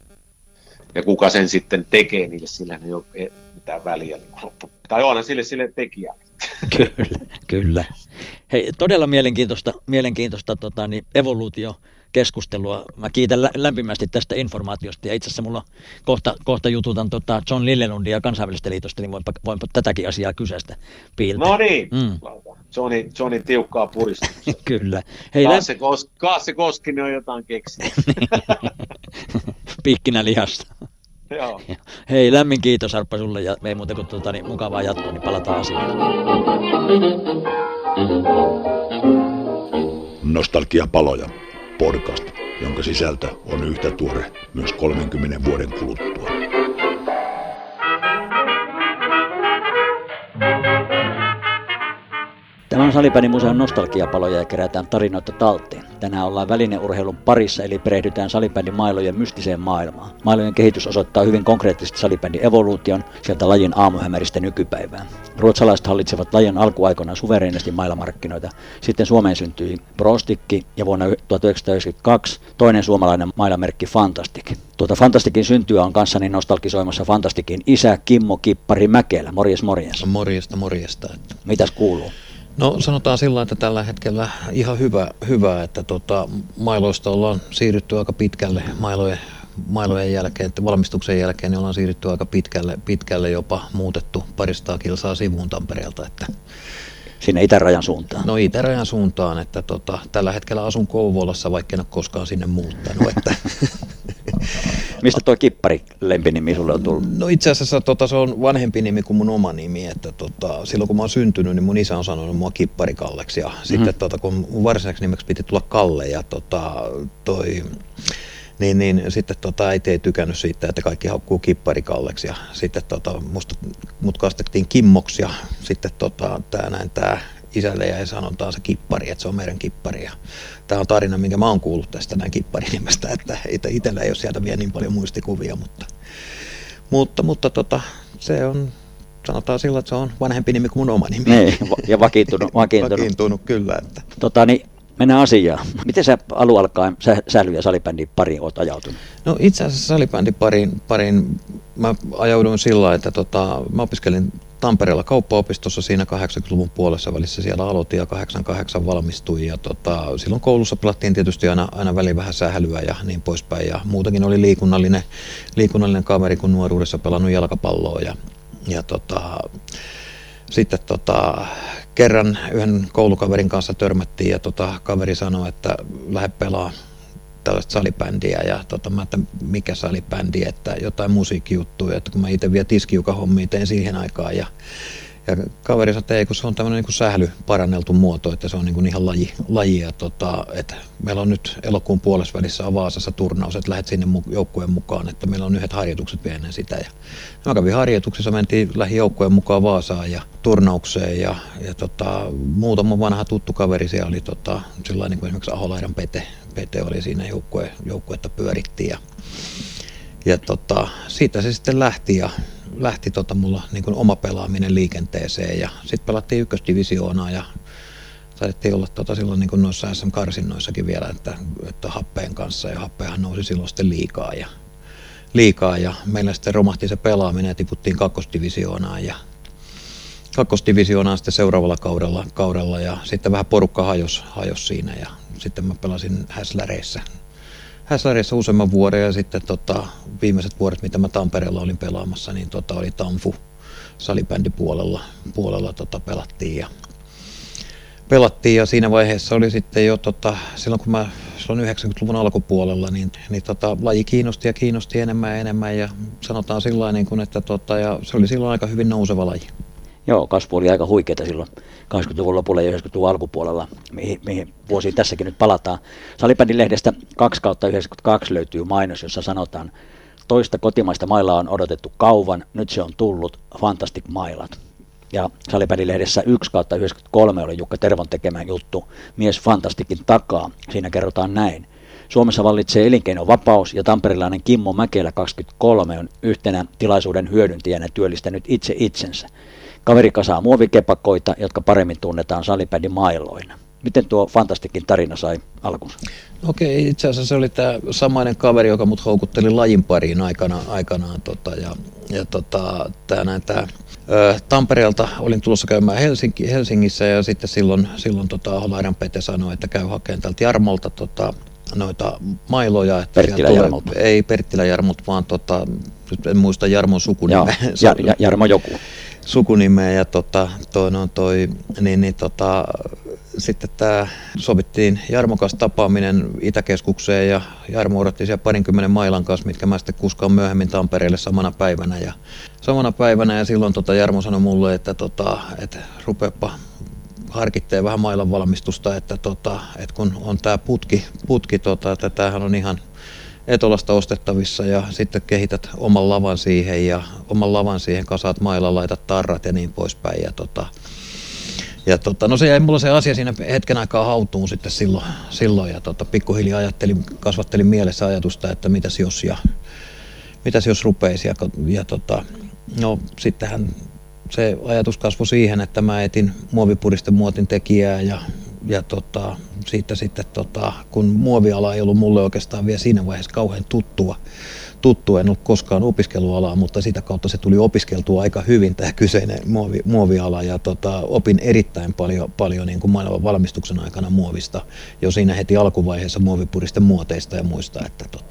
Ja kuka sen sitten tekee niille, sillä ei ole mitään väliä. Niin tai onhan sille sille tekijälle. Kyllä, kyllä. Hei, todella mielenkiintoista, mielenkiintoista tota, niin evoluutiokeskustelua. Mä kiitän lämpimästi tästä informaatiosta ja itse asiassa mulla kohta, kohta jututan tota John Lillelundia kansainvälisestä liitosta, niin voinpa, voinpa tätäkin asiaa kysästä piiltä. No niin, mm. Johnny, Johnny tiukkaa puristusta. Kyllä. Hei, Kaas, lä- se Kos- Kaas se Koskinen on jotain keksinyt. Piikkinä lihasta. Joo. Hei, lämmin kiitos Arppa sulle ja ei muuta kuin tuota, niin mukavaa jatkoa, niin palataan asiaan. Nostalgiapaloja, podcast, jonka sisältö on yhtä tuore myös kolmenkymmenen vuoden kuluttua. Tämä on Salibändimuseon nostalgiapaloja ja kerätään tarinoita talteen. Tänään ollaan välineurheilun parissa, eli perehdytään salibändin mailojen mystiseen maailmaan. Mailojen kehitys osoittaa hyvin konkreettisesti salibändin evoluution sieltä lajin aamuhämäristä nykypäivään. Ruotsalaiset hallitsevat lajin alkuaikoina suvereenisti mailamarkkinoita. Sitten Suomeen syntyi Prostikki ja vuonna tuhatyhdeksänsataayhdeksänkymmentäkaksi toinen suomalainen mailamerkki Fantastic. Tuota Fantastikin syntyä on kanssani nostalgisoimassa Fantastikin isä Kimmo Kippari Mäkelä. Morjes morjes. Morjesta morjesta. Mitäs kuuluu? No sanotaan sillä, että tällä hetkellä ihan hyvä, hyvä että tota, mailoista ollaan siirrytty aika pitkälle mailojen, mailojen jälkeen, että valmistuksen jälkeen niin ollaan siirrytty aika pitkälle, pitkälle jopa muutettu paristaa kilsaa sivuun Tampereelta. Että sinne itärajan suuntaan. No itärajan suuntaan, että tota, tällä hetkellä asun Kouvolassa, vaikka en ole koskaan sinne muuttanut. Että mistä tuo Kippari lempinimi sulle on tullut? No itse asiassa tota, se on vanhempi nimi kuin mun oma nimi, että tota, silloin kun mä oon syntynyt, niin mun isä on sanonut mua Kippari Kalleksi ja mm-hmm. sitten tota, kun mun varsinaiseks nimeksi piti tulla Kalle ja tota, toi, niin, niin sitten tota, äiti ei tykännyt siitä, että kaikki haukkuu Kippari Kalleksi ja sitten tota, musta, mut kastettiin Kimmoksi ja sitten tota, tää näin tää isälle jäi sanontaan se Kippari, että se on meidän Kippari. Ja tämä on tarina, minkä mä oon kuullut tästä näin Kippari-nimestä, että itsellä ei ole sieltä vielä niin paljon muistikuvia, mutta, mutta, mutta tota, se on, sanotaan sillä, että se on vanhempi nimi kuin mun oma nimi. Niin, ja vakiintunut. vakiintunut. vakiintunut kyllä. Että. Tota, niin, mennään asiaan. Miten sä alun alkaen sä, säly- ja salibändin pariin oot ajautunut? No itse asiassa salibändin pariin, pariin mä ajauduin sillä, että tota, mä opiskelin Tampereella kauppaopistossa siinä kahdeksankymmentäluvun puolessa välissä siellä aloitin ja kahdeksankymmentäkahdeksan valmistuin ja tota, silloin koulussa pelattiin tietysti aina, aina väliin vähän sählyä ja niin poispäin ja muutakin oli liikunnallinen, liikunnallinen kaveri kun nuoruudessa pelannut jalkapalloa ja, ja tota, sitten tota, kerran yhden koulukaverin kanssa törmättiin ja tota, kaveri sanoi, että lähde pelaa tällaista salibändiä ja tota, mä että mikä salibändi, että jotain musiikkijuttuja, että kun mä itse vielä tiskiukahommia tein siihen aikaan ja, ja kaveri sanoi, että ei kun se on tämmöinen niin sähly paranneltu muoto, että se on niin kuin ihan laji, laji ja tota, että meillä on nyt elokuun puolesvälissä on Vaasassa turnaus, että lähdet sinne joukkueen mukaan, että meillä on yhdet harjoitukset vielä ennen sitä ja mä kävin harjoituksessa, mentiin lähi joukkueen mukaan Vaasaan ja turnaukseen ja, ja tota, muutama vanha tuttu kaveri siellä oli tota, sillain niin kuin esimerkiksi Aholaidan Pete, Pete oli siinä joukkue, joukkuetta pyörittiin ja, ja tota, siitä se sitten lähti ja lähti tota mulla niin kuin oma pelaaminen liikenteeseen ja sitten pelattiin ykkösdivisioonaa ja taidettiin olla tota silloin niin kuin noissa S M-karsinnoissakin vielä, että, että Happeen kanssa ja Happeahan nousi silloin sitten liikaa ja, liikaa ja meillä sitten romahti se pelaaminen ja tiputtiin kakkosdivisioonaan ja kakkosdivisioonaan sitten seuraavalla kaudella, kaudella ja sitten vähän porukka hajosi hajos siinä ja sitten mä pelasin Häsläreissä. Häsläreissä useamman vuoden ja sitten tota, viimeiset vuodet, mitä mä Tampereella olin pelaamassa, niin tota, oli Tamfu salibändipuolella puolella, tota, pelattiin, ja, pelattiin ja siinä vaiheessa oli sitten jo, tota, silloin kun mä silloin yhdeksänkymmentäluvun alkupuolella, niin, niin tota, laji kiinnosti ja kiinnosti enemmän ja enemmän ja sanotaan sillä niin kuin, että tota, ja se oli silloin aika hyvin nouseva laji. Joo, kasvu oli aika huikeaa silloin kahdeksankymmentäluvun lopulla ja yhdeksänkymmentäluvun alkupuolella, mihin, mihin vuosiin tässäkin nyt palataan. Salibändin lehdestä kaksi kautta yhdeksänkymmentäkaksi löytyy mainos, jossa sanotaan, toista kotimaista mailaa on odotettu kauan, nyt se on tullut, Fantastic Mailat. Ja Salibändin lehdessä yksi kautta yhdeksänkymmentäkolme oli Jukka Tervon tekemä juttu Mies Fantasticin takaa. Siinä kerrotaan näin. Suomessa vallitsee elinkeinovapaus ja tamperilainen Kimmo Mäkelä kaksikymmentäkolme on yhtenä tilaisuuden hyödyntäjänä työllistänyt itse itsensä. Kaveri kasaa muovikepakoita, jotka paremmin tunnetaan salibändin mailoina. Miten tuo Fantasticin tarina sai alkunsa? Okei, itse asiassa se oli tämä samainen kaveri, joka mut houkutteli lajin pariin aikana, aikanaan. Tota, ja, ja tota, tää, näin, tää, ö, Tampereelta olin tulossa käymään Helsinki, Helsingissä ja sitten silloin, silloin tota, Aholaidan Pete sanoi, että käy hakemaan tältä Jarmolta tota, noita mailoja. Että Perttilä tulee, Jarmolta. Ei Perttilä Jarmolta, vaan tota, en muista Jarmon sukunimeä. Joo, ja, ja, Jarmo joku. Sukunimeä ja tota, toi, no, toi, niin, niin, tota, sitten tämä sovittiin Jarmo kanssa tapaaminen Itäkeskukseen ja Jarmo odotti siellä parinkymmenen mailan kanssa, mitkä mä sitten kuskaan myöhemmin Tampereelle samana päivänä. Ja samana päivänä ja silloin tota Jarmo sanoi mulle, että, tota, että rupeapa harkitteen vähän mailan valmistusta, että, tota, että kun on tämä putki, putki tota, että tämähän on ihan Etolasta ostettavissa ja sitten kehität oman lavan siihen ja oman lavan siihen kasaat mailan, laitat tarrat ja niin poispäin. Ja tota, ja tota, no se jäi mulla se asia siinä hetken aikaa hautuun sitten silloin, silloin ja tota, pikkuhiljaa ajattelin, kasvattelin mielessä ajatusta, että mitäs jos ja mitäs jos rupeisi ja, ja tota, no sittenhän se ajatus kasvoi siihen, että mä etin muovipuristemuotin tekijää ja, ja tota, siitä sitten, tota, kun muoviala ei ollut mulle oikeastaan vielä siinä vaiheessa kauhean tuttua, tuttua, en ollut koskaan opiskelualaa, mutta sitä kautta se tuli opiskeltua aika hyvin tämä kyseinen muovi, muoviala ja tota, opin erittäin paljon, paljon niin kuin maailman valmistuksen aikana muovista jo siinä heti alkuvaiheessa muovipuristemuoteista ja muista, että tota,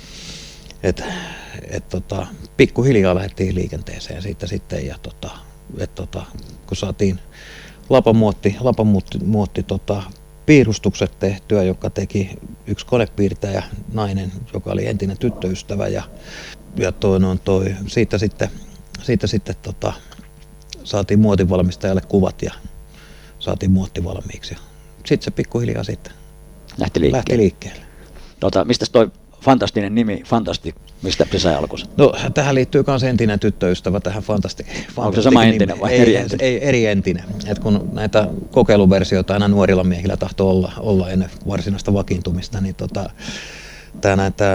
et, et, tota, pikkuhiljaa lähdettiin liikenteeseen siitä sitten ja tota, et, tota, kun saatiin lapamuotti, lapamuotti muotti, tota, piirustukset tehtyä, joka teki yksi konepiirtäjä nainen, joka oli entinen tyttöystävä ja, ja toi, no, toi, siitä sitten, siitä sitten tota, saatiin muotinvalmistajalle kuvat ja saatiin muotti valmiiksi. Sitten se pikkuhiljaa sitten lähti liikkeelle. Lähti liikkeelle. Tota, mistä toi fantastinen nimi, Fantastic, mistä se sai alkunsa? No, tähän liittyy myös entinen tyttöystävä tähän Fantastic. Onko se sama entinen vai ei, eri entinen? Ei, eri entinen. Et kun näitä kokeiluversioita aina nuorilla miehillä tahtoo olla, olla ennen varsinaista vakiintumista, niin tota, tää näitä,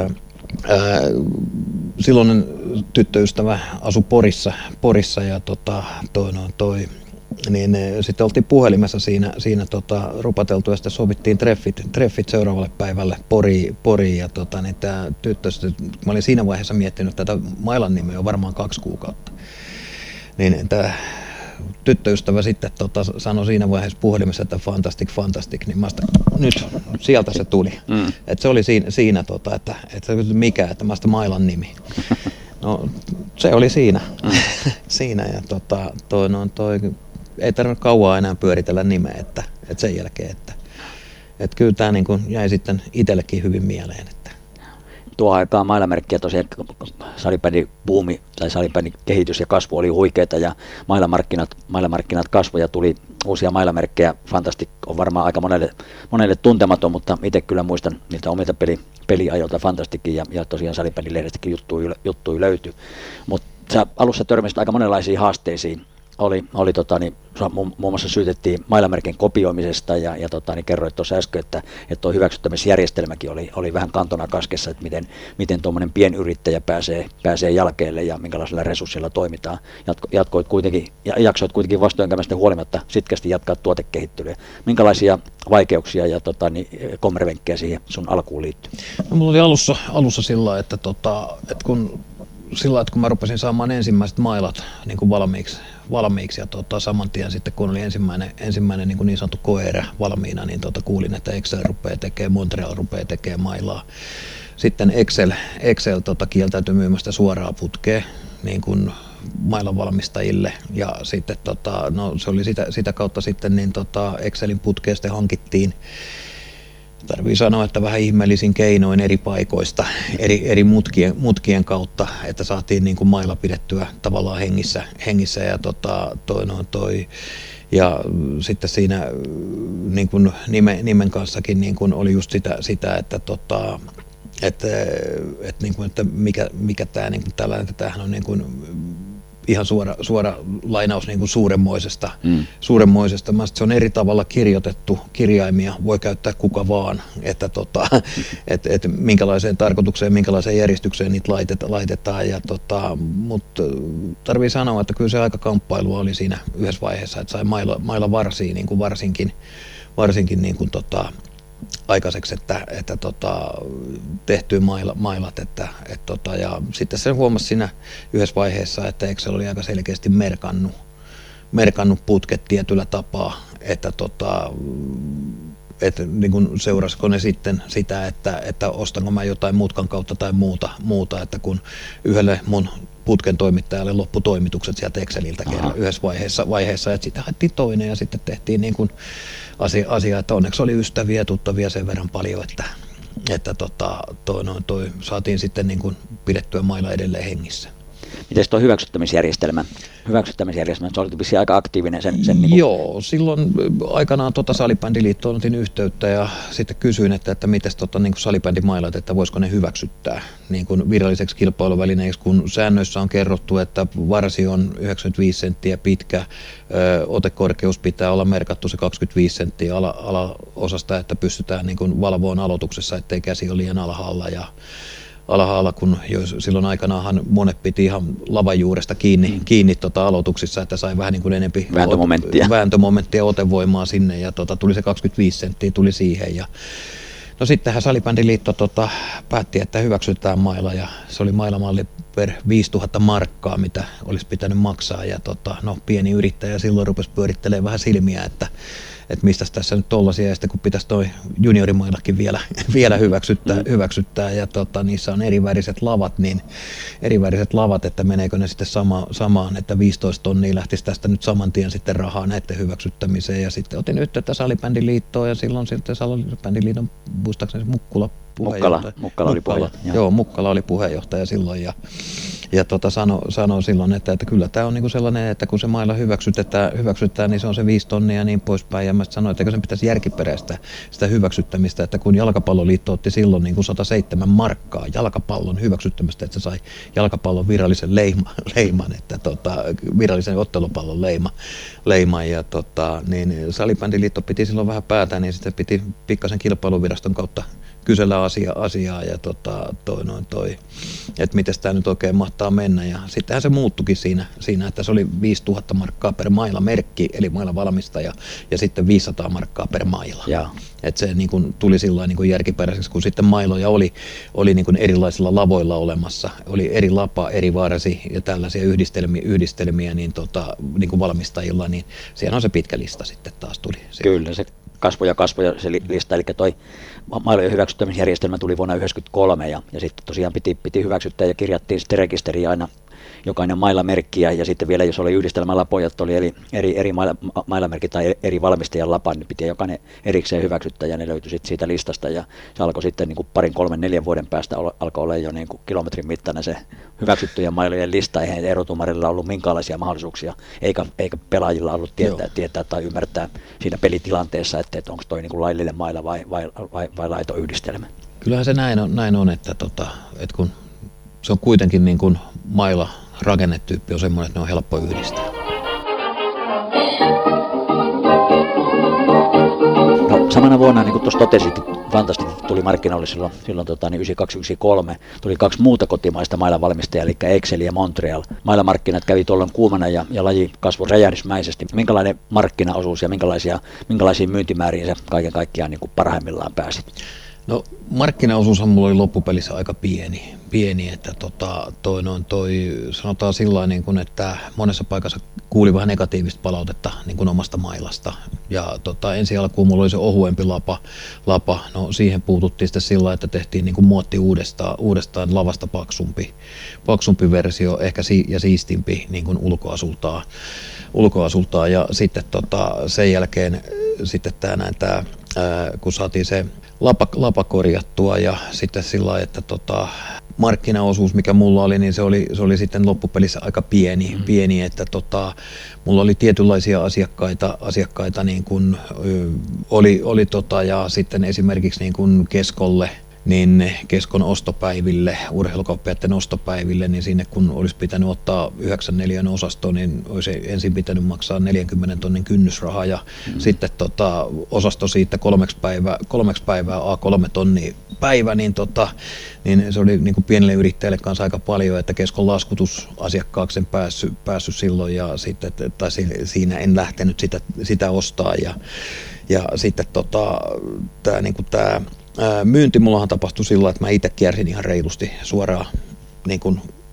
ää, silloinen tyttöystävä asui Porissa, Porissa ja tota, toi, no, toi niin sitten oltiin puhelimessa siinä, siinä tota, rupateltu ja sitten sovittiin treffit, treffit seuraavalle päivälle Poriin, Poriin ja tota, niin tämä tyttö, mä olin siinä vaiheessa miettinyt tätä mailan nimeä jo varmaan kaksi kuukautta, niin tämä tyttöystävä sitten tota, sanoi siinä vaiheessa puhelimessa, että fantastic, fantastic, niin mä sitä, nyt sieltä se tuli, mm. että se oli siinä, siinä tota, että, että se oli mikä, että mä sitä mailan nimi. No se oli siinä, mm. siinä ja tota, toi, no, toi, ei tarvinnut kauaa enää pyöritellä nimeä, että, että sen jälkeen, että, että kyllä tämä niin kuin jäi sitten itsellekin hyvin mieleen. Että. Tuo aikaa mailamerkkiä tosiaan salipädin buumi tai salipädin kehitys ja kasvu oli huikeita ja mailamarkkinat, mailamarkkinat kasvoi ja tuli uusia mailamerkkejä. Fantastic on varmaan aika monelle, monelle tuntematon, mutta itse kyllä muistan niiltä omilta peli, peliajoilta Fantasticin ja, ja tosiaan salipädin lehdestäkin juttuja, juttuja löytyi. Mutta sä alussa törmäsit aika monenlaisiin haasteisiin. Oli, oli tota, niin, muun muassa syytettiin mailamerkin kopioimisesta ja, ja tota, niin kerroit tuossa äsken, että, että tuo hyväksyttämisjärjestelmäkin oli, oli vähän kantona kaskessa, että miten, miten tuommoinen pienyrittäjä pääsee, pääsee jälkeelle ja minkälaisilla resursseilla toimitaan. Jatko, jatkoit kuitenkin, jaksoit kuitenkin vastoinkäymästä huolimatta sitkeästi jatkaa tuotekehittelyä. Minkälaisia vaikeuksia ja tota, niin, kommervenkkejä siihen sun alkuun liittyy? No, mulla oli alussa, alussa sillä, että, tota, että kun sillä että kun mä rupesin saamaan ensimmäiset mailat niin kuin valmiiksi, valmiiksi ja tota, saman tien sitten kun oli ensimmäinen, ensimmäinen niin, kuin niin sanottu koeerä valmiina, niin tota, kuulin, että Excel rupeaa tekemään, Montreal rupeaa tekemään mailaa. Sitten Excel, Excel tota, kieltäytyi myymästä suoraa putkea niin kuin mailan valmistajille ja sitten tota, no, se oli sitä, sitä kautta sitten niin tota, Excelin putkea sitten hankittiin. Tarvii sanoa, että vähän ihmeellisin keinoin eri paikoista, eri, eri mutkien, mutkien kautta, että saatiin niin kuin mailla pidettyä tavallaan hengissä, hengissä ja, tota, toi, no, toi, ja sitten siinä niin kuin nime, nimen kanssakin niin kuin oli just sitä, sitä että, tota, että, että, niin kuin, että mikä, mikä tämä niin kuin tällainen, että tämähän on niin kuin ihan suora, suora lainaus niin kuin suuremmoisesta. Mm. suuremmoisesta. Se on eri tavalla kirjoitettu kirjaimia, voi käyttää kuka vaan, että tota, et, et minkälaiseen tarkoitukseen, minkälaiseen järjestykseen niitä laiteta, laitetaan. Ja tota, mutta tarvii sanoa, että kyllä se aika kamppailua oli siinä yhdessä vaiheessa, että sai mailla, mailla varsia niin kuin varsinkin, varsinkin niin kuin tota, aikaiseksi, että, että tota, tehtyy maila, mailat, että, et tota, ja sitten se huomasi siinä yhdessä vaiheessa, että Excel oli aika selkeästi merkannut, merkannut putket tietyllä tapaa, että tota, että niin kuin seurasiko ne sitten sitä, että, että ostanko mä jotain mutkan kautta tai muuta, muuta, että kun yhdelle mun putken toimittajalle lopputoimitukset sieltä Exceliltä kerran yhdessä vaiheessa, vaiheessa että sitten haettiin toinen ja sitten tehtiin niin kuin asia, asia, että onneksi oli ystäviä ja tuttavia sen verran paljon, että, että tota, toi, no, toi, saatiin sitten niin kuin pidettyä mailla edelleen hengissä. Miten tuo hyväksyttämisjärjestelmä? Hyväksyttämisjärjestelmä, se oli vissiin aika aktiivinen sen, sen niin kuin... Joo, silloin aikanaan tota salibändiliittoon otin yhteyttä ja sitten kysyin, että, että miten tota, niin kuin salibändimailat, että voisiko ne hyväksyttää niin kuin viralliseksi kilpailuvälineeksi, kun säännöissä on kerrottu, että varsi on yhdeksänkymmentäviisi senttiä pitkä, ö, otekorkeus pitää olla merkattu se kaksikymmentäviisi senttiä ala, alaosasta, että pystytään niin kuin valvoon aloituksessa, ettei käsi ole liian alhaalla ja alhaalla, kun jo silloin aikanaanhan monet piti ihan lavan juuresta kiinni, mm. kiinni tota aloituksissa, että sai vähän niin kuin enempi vääntömomenttia, ot, vääntömomenttia otevoimaa sinne ja tota, tuli se kaksikymmentäviisi senttiä tuli siihen ja no sittenhän salibändiliitto tota, päätti, että hyväksytään maila ja se oli mailamalli per viisituhatta markkaa, mitä olisi pitänyt maksaa ja tota, no pieni yrittäjä silloin rupesi pyörittelemään vähän silmiä, että että mistä tässä nyt tollaisia, ja sitten kun pitäisi toi juniorimaillakin vielä, vielä hyväksyttää, mm. hyväksyttää ja tota, niissä on eriväriset lavat, niin eriväriset lavat, että meneekö ne sitten sama, samaan, että viisitoista tonnia lähtisi tästä nyt saman tien sitten rahaa näiden hyväksyttämiseen, ja sitten otin yhteyttä salibändiliittoon, ja silloin sitten salibändiliiton, muistaakseni Mukkula, Mukkala, Mukkala oli puheenjohtaja. Joo. joo, Mukkala oli puheenjohtaja silloin ja, ja tota sano, sanoi silloin, että, että kyllä tämä on niinku sellainen, että kun se mailla hyväksytetään, hyväksytetään, niin se on se viisi tonnia ja niin poispäin. Ja mä sanoin, että eikö sen pitäisi järkiperäistä sitä hyväksyttämistä, että kun Jalkapalloliitto otti silloin niin kuin sata seitsemän markkaa jalkapallon hyväksyttämistä, että se sai jalkapallon virallisen leima, leiman, että tota, virallisen ottelupallon leima, leiman ja tota, niin salibändiliitto piti silloin vähän päätä, niin sitten piti pikkasen kilpailuviraston kautta kysellä asia, asiaa ja tota, toi, noin toi, että miten tämä nyt oikein mahtaa mennä. Ja sittenhän se muuttukin siinä, siinä että se oli viisituhatta markkaa per maila merkki, eli maila valmistaja, ja sitten viisisataa markkaa per maila. Että se niin kun, tuli sillä niin kun järkiperäiseksi, kun sitten mailoja oli, oli niin kun erilaisilla lavoilla olemassa. Oli eri lapa, eri varsi ja tällaisia yhdistelmiä, yhdistelmiä niin, tota, niin kuin valmistajilla, niin siellä on se pitkä lista sitten taas tuli. Kyllä, se kasvoja kasvoja se lista, eli toi mailojen hyväksyttämisjärjestelmä tuli vuonna yhdeksänkymmentäkolme ja, ja sitten tosiaan piti, piti hyväksyttää ja kirjattiin sitten rekisteriin aina jokainen mailamerkki ja, ja sitten vielä jos oli yhdistelmälapojat, oli eri, eri, eri maila, mailamerkki tai eri valmistajan lapa, niin piti jokainen erikseen hyväksyttää ja ne löytyi sitten siitä listasta ja se alkoi sitten niin kuin parin, kolmen, neljän vuoden päästä ol, alkoi olla jo niin kuin kilometrin mittainen se hyväksyttyjen mailojen lista, eihän erotumarilla ollut minkäänlaisia mahdollisuuksia eikä, eikä pelaajilla ollut tietää, tietää tai ymmärtää siinä pelitilanteessa, että, että onko toi niin kuin laillinen maila vai, vai, vai, vai laito yhdistelmä. Kyllähän se näin on, näin on että, tota, että kun se on kuitenkin niin kuin maila rakennetyyppi on semmoinen, että ne on helppo yhdistää. No, samana vuonna, niin kuin tuossa totesit, fantastisesti tuli markkinoille silloin, silloin tota, niin yhdeksänkymmentäkaksi yhdeksänkymmentäkolme, tuli kaksi muuta kotimaista mailavalmistajaa, eli Excel ja Montreal. Mailamarkkinat kävi tuolloin kuumana ja, ja laji kasvoi räjähdysmäisesti. Minkälainen markkinaosuus ja minkälaisia, minkälaisiin myyntimääriin se kaiken kaikkiaan niin kuin parhaimmillaan pääsi? No markkinaosuushan mulla oli loppupelissä aika pieni, pieni että tota, toi, noin, toi, sanotaan sillä niin kuin, että monessa paikassa kuuli vähän negatiivista palautetta niin kuin omasta mailasta. Ja tota, ensi alkuun mulla oli se ohuempi lapa, lapa. No siihen puututtiin sitten sillä, että tehtiin niin kuin muotti uudestaan, uudestaan lavasta paksumpi, paksumpi versio, ehkä si- ja siistimpi niin kuin ulkoasultaan, ulkoasultaan. Ja sitten tota, sen jälkeen sitten tää, näin, tää, ää, kun saatiin se lapa, lapa korjattua ja sitten sillä että tota, markkinaosuus, mikä mulla oli, niin se oli, se oli sitten loppupelissä aika pieni, mm. pieni että tota, mulla oli tietynlaisia asiakkaita, asiakkaita niin kuin, ö, oli, oli tota, ja sitten esimerkiksi niin kuin Keskolle, niin Keskon ostopäiville, urheilukauppiaiden ostopäiville, niin sinne kun olisi pitänyt ottaa yhdeksän neliön osasto, niin olisi ensin pitänyt maksaa neljänkymmenen tonnin kynnysrahaa ja mm. sitten tota, osasto siitä kolmeksi päivää, kolmeksi päivää A kolme tonnia päivä, niin, tota, niin se oli niin kuin pienelle yrittäjälle kanssa aika paljon, että Keskon laskutusasiakkaaksi en päässyt, päässyt silloin ja sitten, tai siinä en lähtenyt sitä, sitä ostaa ja, ja sitten tota, tämä niin kuin tämä myynti mullahan tapahtui sillä, että mä itse kiersin ihan reilusti suoraan niin kuin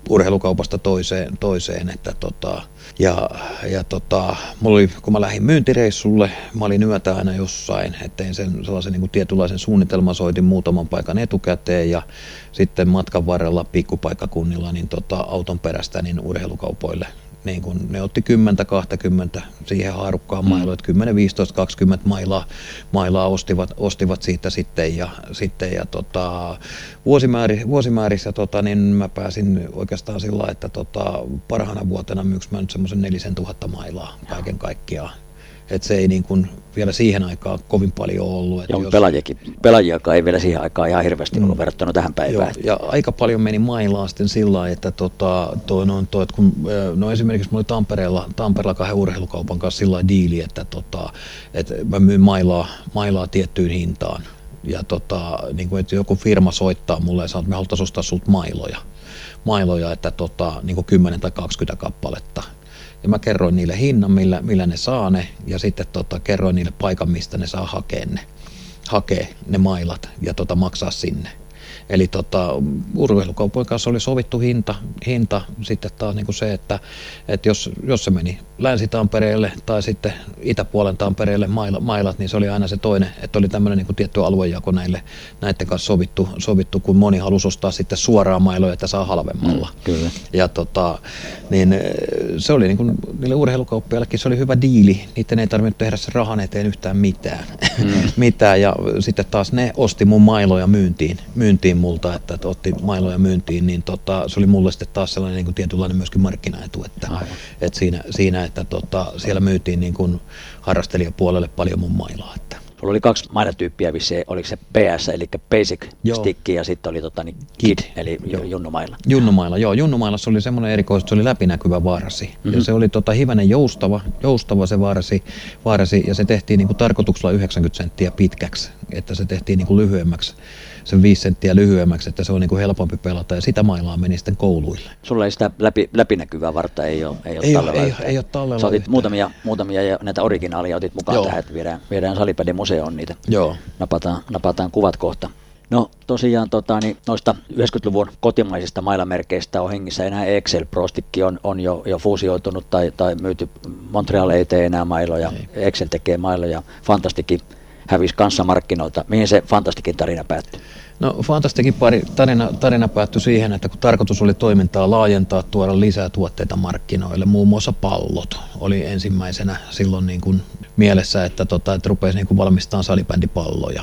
urheilukaupasta toiseen, toiseen että tota, ja, ja tota, mulla oli, kun mä lähdin myyntireissulle, mä olin yötä aina jossain, ettein sen sellaisen niin kuin tietynlaisen suunnitelman, soitin muutaman paikan etukäteen ja sitten matkan varrella pikkupaikkakunnilla niin tota, auton perästä niin urheilukaupoille. Niin kun ne otti kymmenen kaksikymmentä siihen haarukkaan mm. mailoa, että kymmenen, viisitoista, kaksikymmentä mailaa, mailaa ostivat, ostivat siitä sitten ja, sitten ja tota, vuosimääri, vuosimäärissä tota, niin mä pääsin oikeastaan sillä, että tota, parhaana vuotena myyks mä nyt semmoisen nelisen tuhatta mailaa kaiken kaikkiaan. Et se ei niin kuin vielä siihen aikaan kovin paljon ollut. Joo, jos... pelaajiakin, pelaajiakaan ei vielä siihen aikaan ihan hirveästi ollut mm. verrattuna tähän päivään. Joo, ja aika paljon meni mailaa sitten sillä lailla, että tota, toi, no, toi, että kun, no esimerkiksi mulla oli Tampereella, Tampereella kahden urheilukaupan kanssa sillä lailla diili, että, tota, että mä myyn mailaa, mailaa tiettyyn hintaan. Ja tota, niin kuin, että joku firma soittaa mulle ja sanoo, että me haluttaisiin ostaa sulta mailoja, mailoja että tota, niin kuin kymmenen tai kaksikymmentä kappaletta. Ja mä kerroin niille hinnan, millä, millä ne saa ne, ja sitten tota, kerroin niille paikan, mistä ne saa hakea ne, hakea ne mailat ja tota, maksaa sinne. Eli tota, urheilukaupojen kanssa oli sovittu hinta, hinta sitten taas niin kuin se, että, että jos, jos se meni Länsi-Tampereelle tai sitten itäpuolen Tampereelle maila, mailat, niin se oli aina se toinen, että oli tämmöinen niin kuin tietty aluejako näille, näiden kanssa sovittu, sovittu, kun moni halusi ostaa sitten suoraan mailoja, että saa halvemmalla. Mm, kyllä. Ja tota, niin se oli niin kuin niille urheilukauppiaillekin se oli hyvä diili, niiden ei tarvinnut tehdä sen rahan eteen yhtään mitään. Mm. mitään. Ja sitten taas ne osti mun mailoja myyntiin, myyntiin multa, että otti mailoja myyntiin, niin tota, se oli mulle sitten taas sellainen niin kuin tietynlainen myöskin markkinaetu, että, että siinä, siinä, että tota, siellä myytiin niin kuin harrastelijapuolelle paljon mun mailaa. Että. Sulla oli kaksi mailatyyppiä, vissi, oliko se P S, eli Basic joo. Stick, ja sitten oli tota, niin Kid, eli joo. junnumailla. Junnumailla, joo. Junnumailassa oli semmoinen erikoisuus, että se oli läpinäkyvä varsi. Mm-hmm. Ja se oli tota, hivenen joustava, joustava se varsi, varsi, ja se tehtiin niin kuin tarkoituksella yhdeksänkymmentä senttiä pitkäksi, että se tehtiin niin kuin lyhyemmäksi. Sen viisi senttiä lyhyemmäksi, että se on niin kuin helpompi pelata, ja sitä mailaa meni sitten kouluille. Sulla ei sitä läpi, läpinäkyvää vartta, ei ole, ei ole ei tallella. Ole, ei, ei ole tallella. Sä otit muutamia, muutamia ja näitä originaaleja otit mukaan joo. tähän, että viedään, viedään Salipädin museoon niitä. Joo. Napataan, napataan kuvat kohta. No tosiaan tota, niin noista yhdeksänkymmentäluvun kotimaisista mailamerkeistä on hengissä enää Excel Pro-stikki on, on jo, jo fuusioitunut tai, tai myyty. Montreal ei tee enää mailoja, ei. Excel tekee mailoja, Fantastikin hävisi kanssa markkinoilta. Mihin se Fantastikin tarina päättyi? No Fantastikin pari, tarina, tarina päättyi siihen, että kun tarkoitus oli toimintaa laajentaa, tuoda lisää tuotteita markkinoille, muun muassa pallot oli ensimmäisenä silloin niin kuin mielessä, että, tota, että rupesi niin kuin valmistamaan salibändipalloja.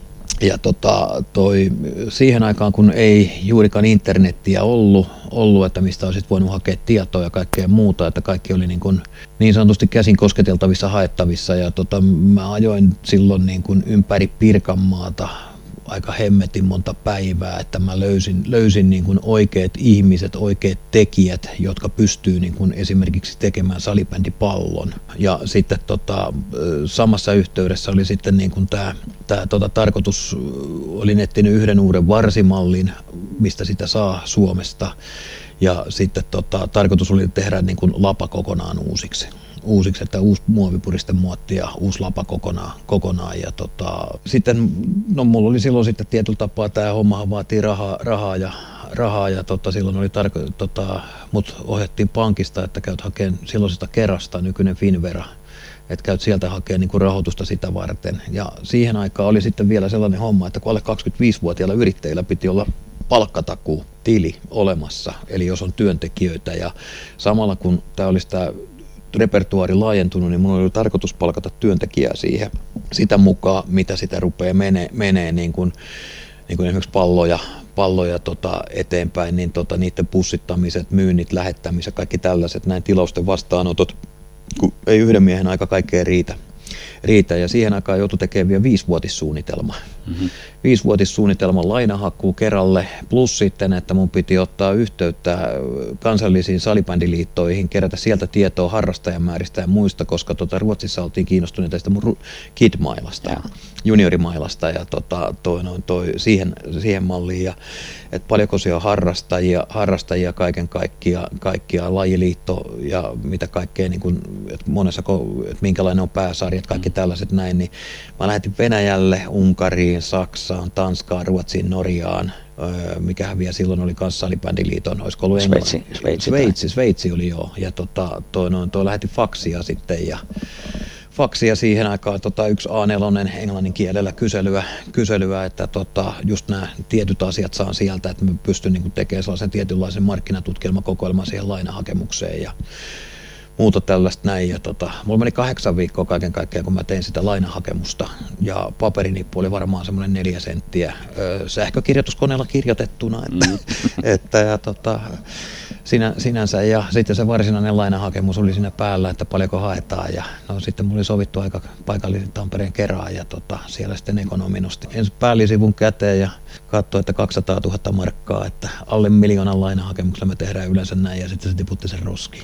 Ja tota, toi, siihen aikaan, kun ei juurikaan internettiä ollut, ollut, että mistä olisit voinut hakea tietoa ja kaikkea muuta, että kaikki oli niin, kuin, niin sanotusti käsin kosketeltavissa, haettavissa. Ja tota, mä ajoin silloin niin kuin ympäri Pirkanmaata aika hemmetin monta päivää, että mä löysin, löysin niin kuin oikeat ihmiset, oikeat tekijät, jotka pystyy niin kuin esimerkiksi tekemään salibändipallon. Ja sitten tota, samassa yhteydessä oli sitten niin kuin tämä, tämä tota, tarkoitus, olin etsinyt yhden uuden varsimallin, mistä sitä saa Suomesta. Ja sitten tota, tarkoitus oli tehdä niin kuin lapa kokonaan uusiksi. uusiksi, että uusi muovipuristemuotti ja uusi lapa kokonaan. kokonaan. Ja tota, sitten, no mulla oli silloin sitten tietyllä tapaa tämä homma vaatii rahaa, rahaa ja, rahaa ja tota, silloin oli tarko- tota, mut ohjattiin pankista, että käyt hakemaan silloisesta Kerasta, nykyinen Finvera, että käyt sieltä hakemaan niin kuin rahoitusta sitä varten. Ja siihen aikaan oli sitten vielä sellainen homma, että kun alle kaksikymmentäviisivuotiailla yrittäjillä piti olla palkkatakuu tili olemassa, eli jos on työntekijöitä ja samalla kun tämä olisi tämä repertuaari laajentunut, niin minulla oli tarkoitus palkata työntekijää siihen sitä mukaan, mitä sitä rupeaa menee, menee niin kuin, niin kuin esimerkiksi palloja, palloja tota eteenpäin, niin tota, niiden pussittamiset, myynnit, lähettämiset, kaikki tällaiset, näin tilausten vastaanotot, kun ei yhden miehen aika kaikkea riitä. riitä. Ja siihen aikaan joutui tekemään vielä viisivuotissuunnitelma. Mm-hmm. Viisivuotissuunnitelman lainahakuu Keralle, plus sitten, että mun piti ottaa yhteyttä kansallisiin salibändiliittoihin, kerätä sieltä tietoa harrastajamääristä ja muista, koska tota, Ruotsissa oltiin kiinnostuneita tästä mun kid-mailasta, ja. juniorimailasta ja tota, toi, noin, toi, siihen, siihen malliin. Ja, et paljonko siellä on harrastajia, harrastajia kaiken kaikkia, kaikkia lajiliitto ja mitä kaikkea, niin kun, et monessa, et minkälainen on pääsarjat, kaikki mm. tällaiset näin, niin mä lähetin Venäjälle, Unkariin, Ruotsiin, Saksaan, Tanskaan, Ruotsiin, Norjaan. Öö, mikähän vielä silloin oli kanssa salibändiliiton, olisiko ollut Sveitsi, Sveitsi, Sveitsi, Sveitsi oli joo. Ja tota, toi, noin, toi lähetti faksia sitten ja faksia siihen aikaan tota, yksi A neljä englannin kielellä kyselyä, kyselyä että tota, just nämä tietyt asiat saan sieltä, että mä pystyn niin kuin tekemään sellaisen tietynlaisen markkinatutkielmakokoelman siihen lainahakemukseen ja muuta tällaista näin. Ja tota, mulla meni kahdeksan viikkoa kaiken kaikkiaan, kun mä tein sitä lainahakemusta ja paperinippu oli varmaan semmoinen neljä senttiä öö, sähkökirjoituskoneella kirjoitettuna, että, mm. että ja, tota, sinä, sinänsä ja sitten se varsinainen lainahakemus oli siinä päällä, että paljonko haetaan ja no, sitten mulla oli sovittu aika paikallisen Tampereen kerran ja tota, siellä sitten ekonomi nosti ensin päällisivun käteen ja katsoi, että kaksisataatuhatta markkaa, että alle miljoonan lainahakemuksella me tehdään yleensä näin ja sitten se tiputti sen roskiin.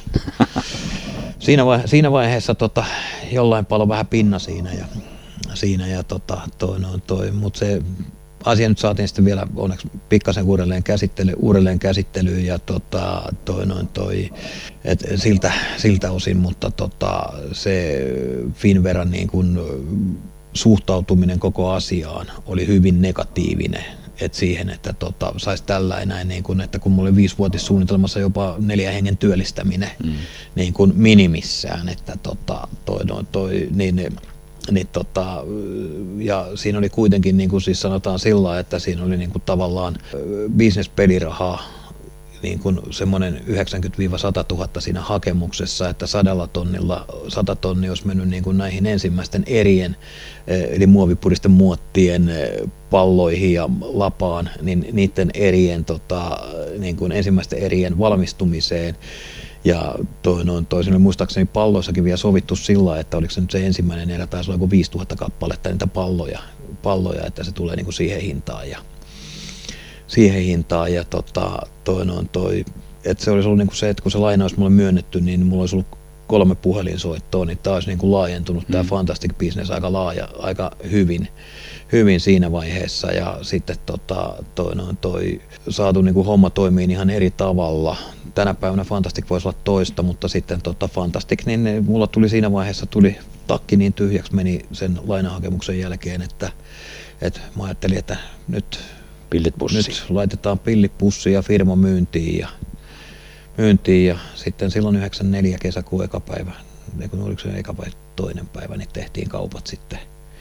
Siinä, vaihe, siinä vaiheessa tota, jollain paljon vähän pinna siinä ja, siinä ja tota, toi, no, toi, mutta se asia nyt saatiin sitten vielä onneksi pikkasen uudelleen, käsittely, uudelleen käsittelyyn ja tota, toi, noin, toi, et siltä, siltä osin, mutta tota, se Finnveran niin kun, suhtautuminen koko asiaan oli hyvin negatiivinen. Et siihen, että tota, saisi tällainen, niin kun, että kun mulla oli viisivuotissuunnitelmassa jopa neljä hengen työllistäminen mm. niin kun minimissään, että tota, toi, toi, toi, niin, niin, tota, ja siinä oli kuitenkin, niin kuin siis sanotaan sillä, että siinä oli niin kuin tavallaan business-pelirahaa, niin kuin semmoinen yhdeksänkymmentä sata tuhatta siinä hakemuksessa, että sadalla tonnilla, sata tonni olisi mennyt niin kuin näihin ensimmäisten erien, eli muovipuristen muottien palloihin ja lapaan, niin niiden erien, tota, niin kuin ensimmäisten erien valmistumiseen. Ja toi, noin, toisin muistaakseni palloissakin vielä sovittu sillä, että oliko se nyt se ensimmäinen erä, taisi olla joku viisituhatta kappaletta niitä palloja, palloja, että se tulee niin kuin siihen hintaan. Ja siihen hintaan ja tota, toi, noin, toi, että se olisi ollut niin kuin se, että kun se laina olisi mulle myönnetty, niin mulla olisi ollut kolme puhelinsoittoa, niin tämä olisi niin kuin laajentunut, mm. tämä Fantastic Business aika laaja, aika hyvin, hyvin siinä vaiheessa ja sitten tota, toi, noin, toi, saatu niin kuin homma toimii ihan eri tavalla. Tänä päivänä Fantastic voisi olla toista, mutta sitten tota Fantastic, niin mulla tuli siinä vaiheessa tuli takki niin tyhjäksi meni sen lainahakemuksen jälkeen, että, että mä ajattelin, että nyt Pillit pussiin. Nyt laitetaan pillit pussiin ja firma myyntiin ja, myyntiin ja sitten silloin yhdeksänkymmentäneljä kesäkuun eka päivä, kun oliko se eka päivä toinen päivä, niin tehtiin kaupat sitten,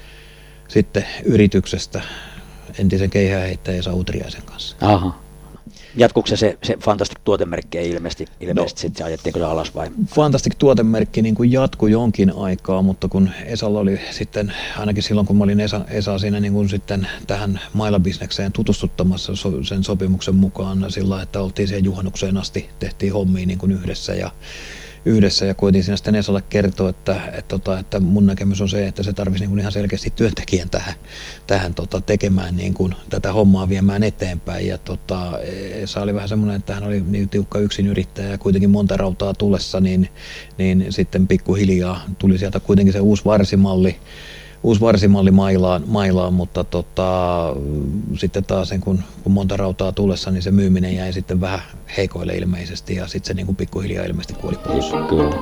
sitten yrityksestä entisen keihäänheittäjän Esa Utriaisen kanssa. Aha. Jatkuuko se, se, se Fantastic-tuotemerkki ei ilmeisesti, ilmeisesti no, sitten ajettiinko se alas vai? Fantastic-tuotemerkki niin kuin jatkui jonkin aikaa, mutta kun Esalla oli sitten, ainakin silloin kun mä olin Esa, Esa siinä niin kuin sitten tähän mailabisnekseen tutustuttamassa so, sen sopimuksen mukaan sillä, että oltiin siihen juhannukseen asti, tehtiin hommia niin kuin yhdessä ja yhdessä ja koitin siinä sitten Esalle kertoa, että, että, että, että mun näkemys on se, että se tarvitsisi niin ihan selkeästi työntekijän tähän, tähän tota, tekemään niin kuin, tätä hommaa viemään eteenpäin. Ja tota, Esa oli vähän semmoinen, että hän oli niin tiukka yksin yrittäjä ja kuitenkin monta rautaa tulessa, niin, niin sitten pikkuhiljaa tuli sieltä kuitenkin se uusi varsimalli. Uusi varsimalli mailaan, mailaan mutta tota, sitten taas kun, kun monta rautaa tulessa, niin se myyminen jäi sitten vähän heikoille ilmeisesti ja sitten se niin kuin pikkuhiljaa ilmeisesti kuoli pois. Kyllä.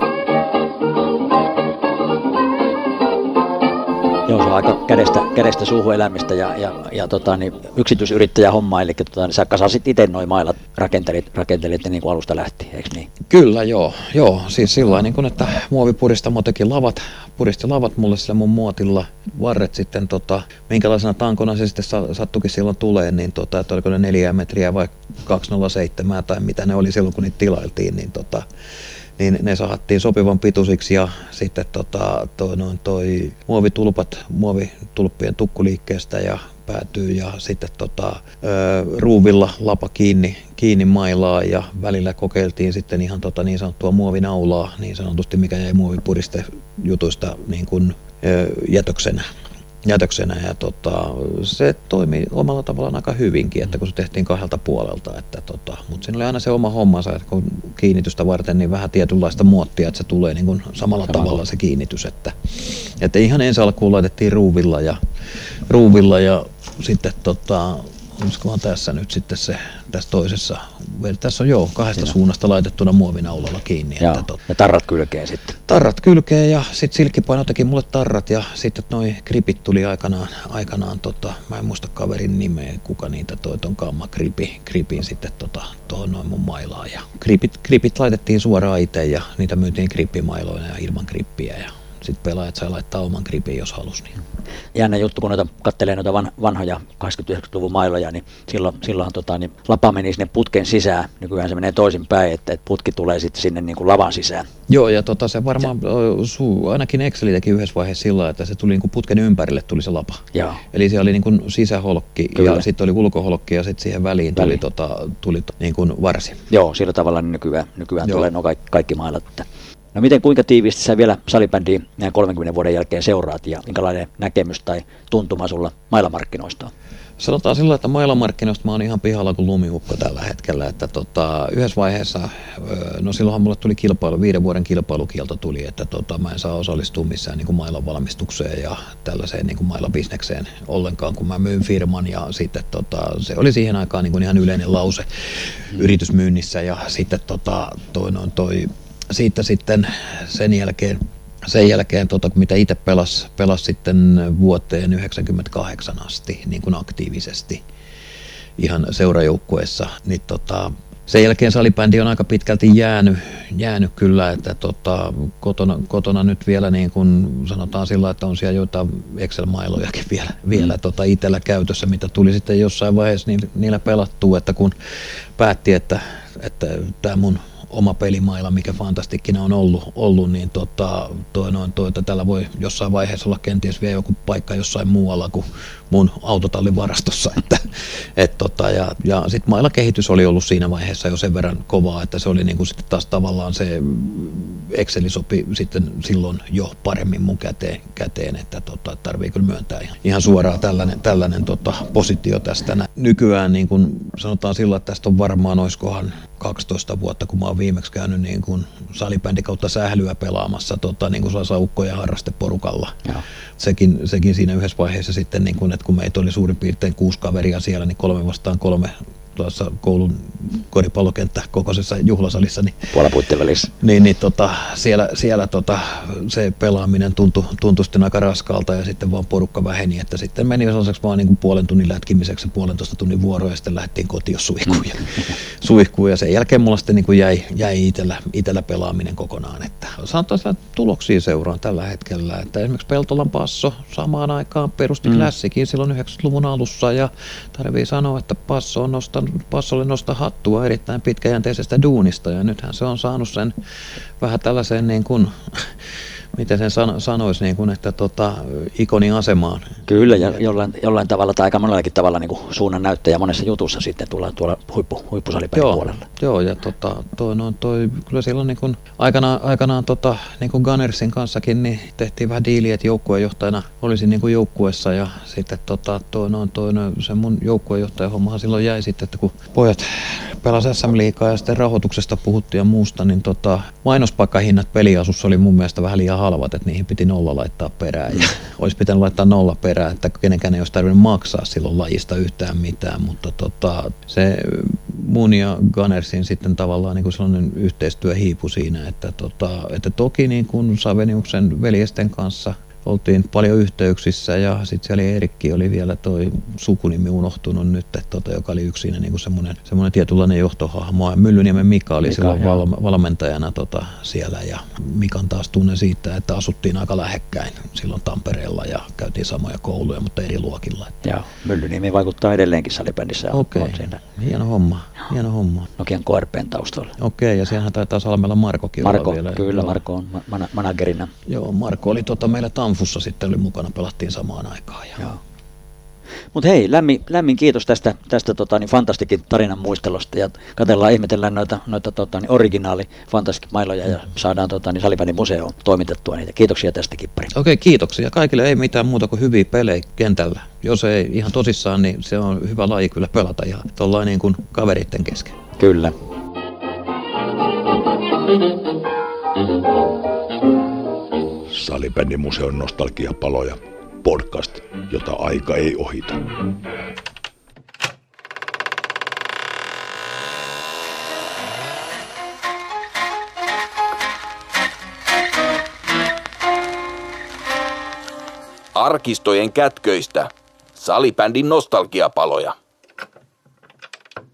Joo, se on aika kädestä, kädestä suuhun elämistä ja, ja, ja tota, niin yksityisyrittäjä homma, eli tota, niin sä kasasit itse noin mailat, rakentelit, rakentelit niin kuin alusta lähti, eikö niin? Kyllä, joo. joo. Siis sillä niin kuin, että muovipuristamo teki lavat, puristi lavat mulle sillä mun muotilla, varret sitten, tota, minkälaisena tankona se sitten sattukin silloin tulee, niin tota, että oliko ne neljä metriä vai kaksisataaseitsemän tai mitä ne oli silloin, kun niitä tilailtiin, niin tota, niin ne sahattiin sopivan pituisiksi ja sitten tota, toi, noin, toi muovitulpat, muovitulppien tukkuliikkeestä ja päätyy ja sitten tota, ö, ruuvilla lapa kiinni, kiinni mailaa ja välillä kokeiltiin sitten ihan tota, niin sanottua muovinaulaa, niin sanotusti mikä jäi muovipuriste jutuista niin kuin, ö, jätöksenä. jätöksenä ja tota, se toimi omalla tavallaan aika hyvinkin, että kun se tehtiin kahdelta puolelta, että tota, mutta siinä oli aina se oma hommansa, että kun kiinnitystä varten niin vähän tietynlaista muottia, että se tulee niin kuin samalla Sama tavalla se kiinnitys, että, että ihan ensi alkuun laitettiin ruuvilla ja, ruuvilla ja sitten tota, olisikohan tässä nyt sitten se, tässä toisessa, tässä on joo kahdesta Siinä. suunnasta laitettuna muovinaulalla kiinni. Että tot... Ja tarrat kylkeen sitten. Tarrat kylkeen ja sitten Silkkipaino teki mulle tarrat ja sitten noi gripit tuli aikanaan, aikanaan tota, mä en muista kaverin nimeä, kuka niitä toi ton Gamma gripi, gripin sitten tota, tuohon noin mun mailaan. Ja gripit, gripit laitettiin suoraan itse ja niitä myytiin grippimailoina ja ilman grippiä ja sitten pelaajat sai laittaa oman gripin, jos halusi. Niin. Jännä juttu, kun noita kattelee noita vanhoja kahdeksankymmentä-yhdeksänkymmentäluvun mailoja, niin silloin, silloinhan tota, niin lapa meni sinne putken sisään. Nykyään se menee toisinpäin, että, että putki tulee sitten sinne niin kuin lavan sisään. Joo, ja tota, se varmaan, se... ainakin Exceli teki yhdessä vaiheessa sillä, että se tuli niin kuin putken ympärille tuli se lapa. Joo. Eli siellä oli niin kuin sisäholkki Kyllä. ja sitten oli ulkoholkki ja sitten siihen väliin tuli, Väli. tota, tuli niin kuin varsi. Joo, sillä tavalla niin nykyään, nykyään tulee no kaikki, kaikki mailat. No miten, kuinka tiiviisti sä vielä salibändiä näin kolmenkymmenen vuoden jälkeen seuraat ja minkälainen näkemys tai tuntuma sulla mailamarkkinoista on? Sanotaan sillä, että mailamarkkinoista mä oon ihan pihalla kuin lumiukko tällä hetkellä, että tota, yhdessä vaiheessa, no silloinhan mulle tuli kilpailu, viiden vuoden kilpailukielto tuli, että tota, mä en saa osallistua missään niin kuin mailan valmistukseen ja tällaiseen niin kuin mailabisnekseen ollenkaan, kun mä myyn firman ja sitten tota, se oli siihen aikaan niin kuin ihan yleinen lause hmm. yritysmyynnissä ja sitten tota, toi noin toi siitä sitten sen jälkeen, sen jälkeen tota, mitä itse pelasi, pelasi sitten vuoteen yhdeksänkymmentäkahdeksan asti niin kuin aktiivisesti ihan seurajoukkueessa, niin tota, sen jälkeen salibändi on aika pitkälti jäänyt, jäänyt kyllä, että tota, kotona, kotona nyt vielä niin kuin sanotaan sillä, että on siellä joitain Excel-mailojakin vielä, vielä tota itsellä käytössä, mitä tuli sitten jossain vaiheessa niillä pelattua, että kun päätti, että, että tämä mun oma pelimaila, mikä fantastikkina on ollut, ollut niin tota, toi noin, toi, että tällä voi jossain vaiheessa olla kenties vielä joku paikka jossain muualla kuin mun autotallin varastossa. Että, et tota, ja ja sitten mailakehitys oli ollut siinä vaiheessa jo sen verran kovaa, että se oli niinku sitten taas tavallaan se Exceli sopi sitten silloin jo paremmin mun käteen, käteen että tota, tarvii kyllä myöntää ihan, ihan suoraan tällainen, tällainen tota, positio tästä. Nykyään niin kun sanotaan sillä, että tästä on varmaan oiskohan kaksitoista vuotta, kun mä oon viimeksi käynyt niin kun salibändi kautta sählyä pelaamassa tota, niin kuin saukko- ja harrasteporukalla. Sekin, sekin siinä yhdessä vaiheessa sitten, niin kun, että kun meitä oli suurin piirtein kuusi kaveria siellä, niin kolme vastaan kolme tuossa koulun koripallokenttä kokoisessa juhlasalissa. Niin, puolapuitten välissä. Niin, niin tota, siellä, siellä tota, se pelaaminen tuntui, tuntui sitten aika raskalta ja sitten vaan porukka väheni, että sitten meni sellaiseksi vaan niin kuin puolen tunnin lätkimiseksi puolentoista tunnin vuoroja ja sitten lähdettiin kotiin suihkuun ja, suihkuun ja sen jälkeen mulla sitten niin kuin jäi, jäi itellä, itellä pelaaminen kokonaan. Että sanotaan sitä tuloksia seuraan tällä hetkellä, että esimerkiksi Peltolan Passo samaan aikaan perusti mm. Classicin silloin yhdeksänkymmentäluvun alussa ja tarvii sanoa, että Passo on nostanut Passolle nostaa hattua erittäin pitkäjänteisestä duunista ja nythän se on saanut sen vähän tällaiseen niin kuin, miten sen sano, sanoisi, niin kuin, että tota, ikonin asemaan. Kyllä, ja jollain, jollain tavalla tai aika monellakin tavalla niin kuin suunnan näyttäjä monessa jutussa sitten tuolla, tuolla huippu, huippusalipelin puolella. Joo, ja tota, toi, no, toi, kyllä silloin niin kuin, aikanaan, aikanaan tota, niin kuin Gunnersin kanssakin niin tehtiin vähän diiliä, että joukkuejohtajana olisin niin kuin joukkueessa ja sitten tota, toi, no, toi, no, se mun joukkuejohtajan hommahan silloin jäi sitten, että kun pojat pelasi S M-liigaa ja sitten rahoituksesta puhuttiin ja muusta, niin tota, mainospaikkahinnat peliasussa oli mun mielestä vähän liian halvat, että niihin piti nolla laittaa perään ja olisi pitänyt laittaa nolla perään, että kenenkään ei olisi tarvinnut maksaa silloin lajista yhtään mitään, mutta tota, se mun ja Gunnersin sitten tavallaan niin kuin sellainen yhteistyö hiipui siinä, että, tota, että toki niin kuin Saveniuksen veljesten kanssa oltiin paljon yhteyksissä ja sitten siellä Eerikki oli vielä toi sukunimi unohtunut nyt, tota, joka oli yksi siinä niinku semmoinen, semmoinen tietynlainen johtohahmo. Ja Myllyniemen Mika oli Mika, silloin val, valmentajana tota, siellä ja Mikan taas tunne siitä, että asuttiin aika lähekkäin silloin Tampereella ja käytiin samoja kouluja, mutta eri luokilla. Joo, Myllyniemi vaikuttaa edelleenkin salibändissä. Okei, okay. Hieno homma, hieno homma. Nokian K R P:n taustalla. Okei, okay, ja siellähän taitaa Salmella Markokin Marko, olla vielä. Kyllä, Marko on man- managerina. Joo, Marko oli tota, meillä Tamfussa sitten oli mukana, pelattiin samaan aikaan. Ja... Mutta hei, lämmin, lämmin kiitos tästä, tästä tota, niin fantastikin tarinan muistelusta ja katsellaan, ihmetellään noita, noita tota, niin originaali fantastic-mailoja ja saadaan tota, niin salibändin museoon toimitettua niitä. Kiitoksia tästä, Kippari. Okei, kiitoksia. Kaikille ei mitään muuta kuin hyviä pelejä kentällä. Jos ei ihan tosissaan, niin se on hyvä laji kyllä pelata ihan tuollain niin kuin kaveritten kesken. Kyllä. Salibändin museon nostalgiapaloja, podcast, jota aika ei ohita. Arkistojen kätköistä salibändin nostalgiapaloja.